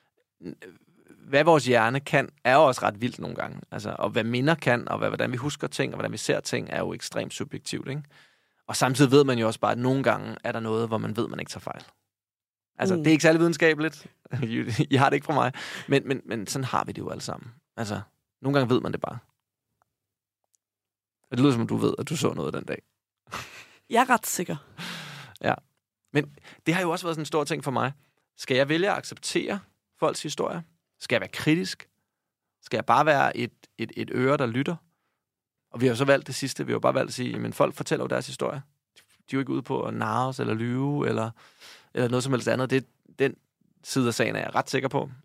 Hvad vores hjerne kan, er jo også ret vildt nogle gange. Altså, og hvad minder kan, og hvordan vi husker ting, og hvordan vi ser ting, er jo ekstremt subjektivt, ikke? Og samtidig ved man jo også bare, at nogle gange er der noget, hvor man ved, man ikke tager fejl. Altså, det er ikke særlig videnskabeligt. I har det ikke fra mig. Men sådan har vi det jo alle sammen. Altså, nogle gange ved man det bare. Og det lyder som, du ved, at du så noget den dag. Jeg er ret sikker. Ja. Men det har jo også været sådan en stor ting for mig. Skal jeg vælge at acceptere folks historier? Skal jeg være kritisk? Skal jeg bare være et øre, der lytter? Og vi har jo så valgt det sidste. Vi har jo bare valgt at sige, men folk fortæller jo deres historie. De er jo ikke ude på at narre os, eller lyve, eller noget som helst andet. Det er den side af sagen, er jeg ret sikker på.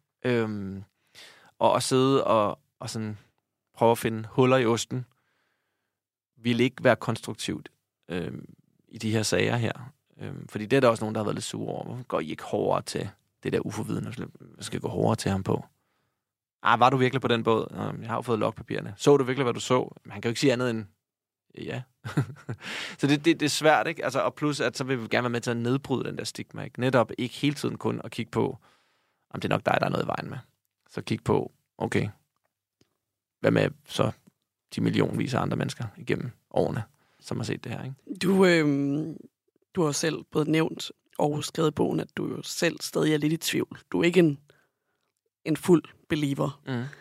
Og at sidde og sådan prøve at finde huller i osten, vil ikke være konstruktivt i de her sager her. Fordi det er der også nogen, der har været lidt sure over. Hvorfor går I ikke hårdere til det der UFO-viden? Hvad skal gå hårdere til ham på? Var du virkelig på den båd? Jeg har jo fået logpapirerne. Så du virkelig, hvad du så? Han kan jo ikke sige andet end ja. Så det er svært, ikke? Altså, og plus, at så vil vi gerne være med til at nedbryde den der stigma, ikke? Netop ikke hele tiden kun at kigge på, om det er nok dig, der er noget i vejen med. Så kig på, okay, hvad med så de millionvis af andre mennesker igennem årene, som har set det her, ikke? Du har selv både nævnt og skrevet i bogen, at du jo selv stadig er lidt i tvivl. Du er ikke en fuld believer.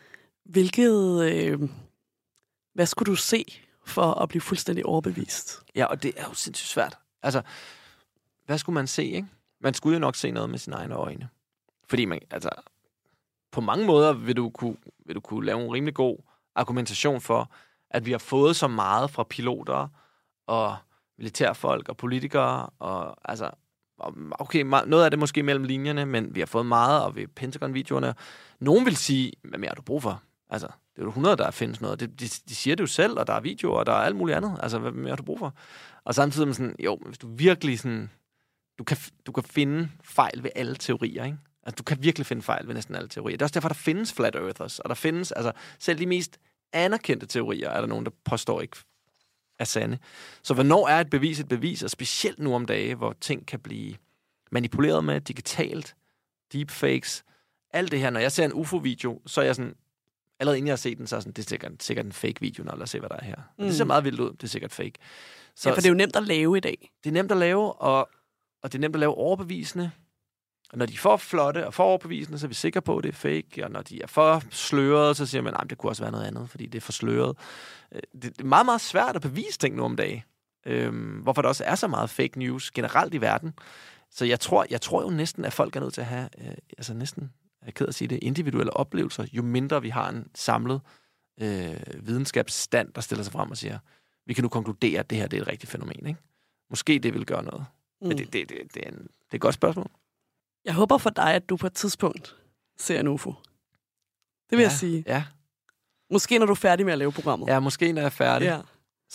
Hvad skulle du se for at blive fuldstændig overbevist? Ja, og det er jo sindssygt svært. Altså, hvad skulle man se, ikke? Man skulle jo nok se noget med sine egne øjne. Fordi man, altså, på mange måder vil du kunne lave en rimelig god argumentation for, at vi har fået så meget fra piloter og militærfolk og politikere, og altså, okay, noget af det måske mellem linjerne, men vi har fået meget, og ved Pentagon-videoerne. Nogen vil sige, hvad mere har du brug for? Altså, det er jo 100, der findes noget. De siger det jo selv, og der er videoer, og der er alt muligt andet. Altså, hvad mere har du brug for? Og samtidig med sådan, jo, hvis du virkelig sådan, du kan finde fejl ved alle teorier, ikke? Altså, du kan virkelig finde fejl ved næsten alle teorier. Det er også derfor, der findes flat earthers, og der findes, altså, selv de mest anerkendte teorier, er der nogen, der påstår ikke er sande. Så hvornår er et bevis, og specielt nu om dage, hvor ting kan blive manipuleret med digitalt, deepfakes, alt det her. Når jeg ser en UFO-video, så er jeg sådan, allerede inden jeg har set den, så er sådan, det er sikkert en fake-video, når jeg ser, hvad der er her. Det ser meget vildt ud, det er sikkert fake. Så, ja, for det er jo nemt at lave i dag. Det er nemt at lave, og det er nemt at lave overbevisende. Og når de er for flotte og for overbevisende, så er vi sikre på, at det er fake. Og når de er for slørede, så siger man, at det kunne også være noget andet, fordi det er for sløret. Det er meget, meget svært at bevise ting nu om dagen. Hvorfor der også er så meget fake news generelt i verden. Så jeg tror jo næsten, at folk er nødt til at have, næsten, jeg er ked at sige det, individuelle oplevelser, jo mindre vi har en samlet videnskabsstand, der stiller sig frem og siger, vi kan nu konkludere, at det her det er et rigtigt fænomen. Ikke? Måske det vil gøre noget. Men det er et godt spørgsmål. Jeg håber for dig, at du på et tidspunkt ser en UFO. Det vil jeg sige. Ja. Måske når du er færdig med at lave programmet. Ja, måske når jeg er færdig. Ja.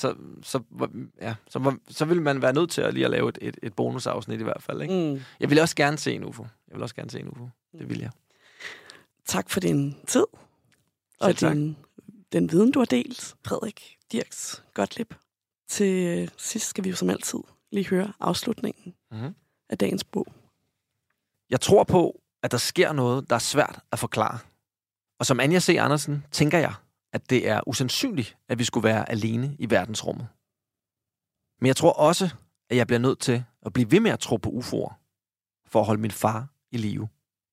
Så vil man være nødt til at lige at lave et bonusafsnit i hvert fald. Ikke? Jeg vil også gerne se en UFO. Det vil jeg. Tak for din tid. Og den viden, du har delt, Frederik Dirks Gottlieb. Til sidst skal vi jo som altid lige høre afslutningen af dagens bog. Jeg tror på, at der sker noget, der er svært at forklare. Og som Anja C. Andersen tænker jeg, at det er usandsynligt, at vi skulle være alene i verdensrummet. Men jeg tror også, at jeg bliver nødt til at blive ved med at tro på UFO'er, for at holde min far i live.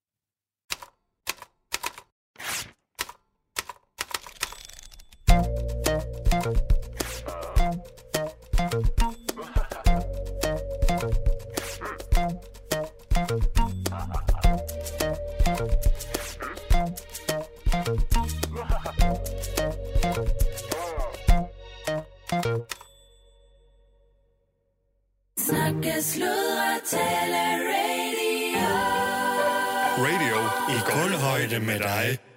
Snakke, sludre, tale, radio. Radio i kulhøjde med dig.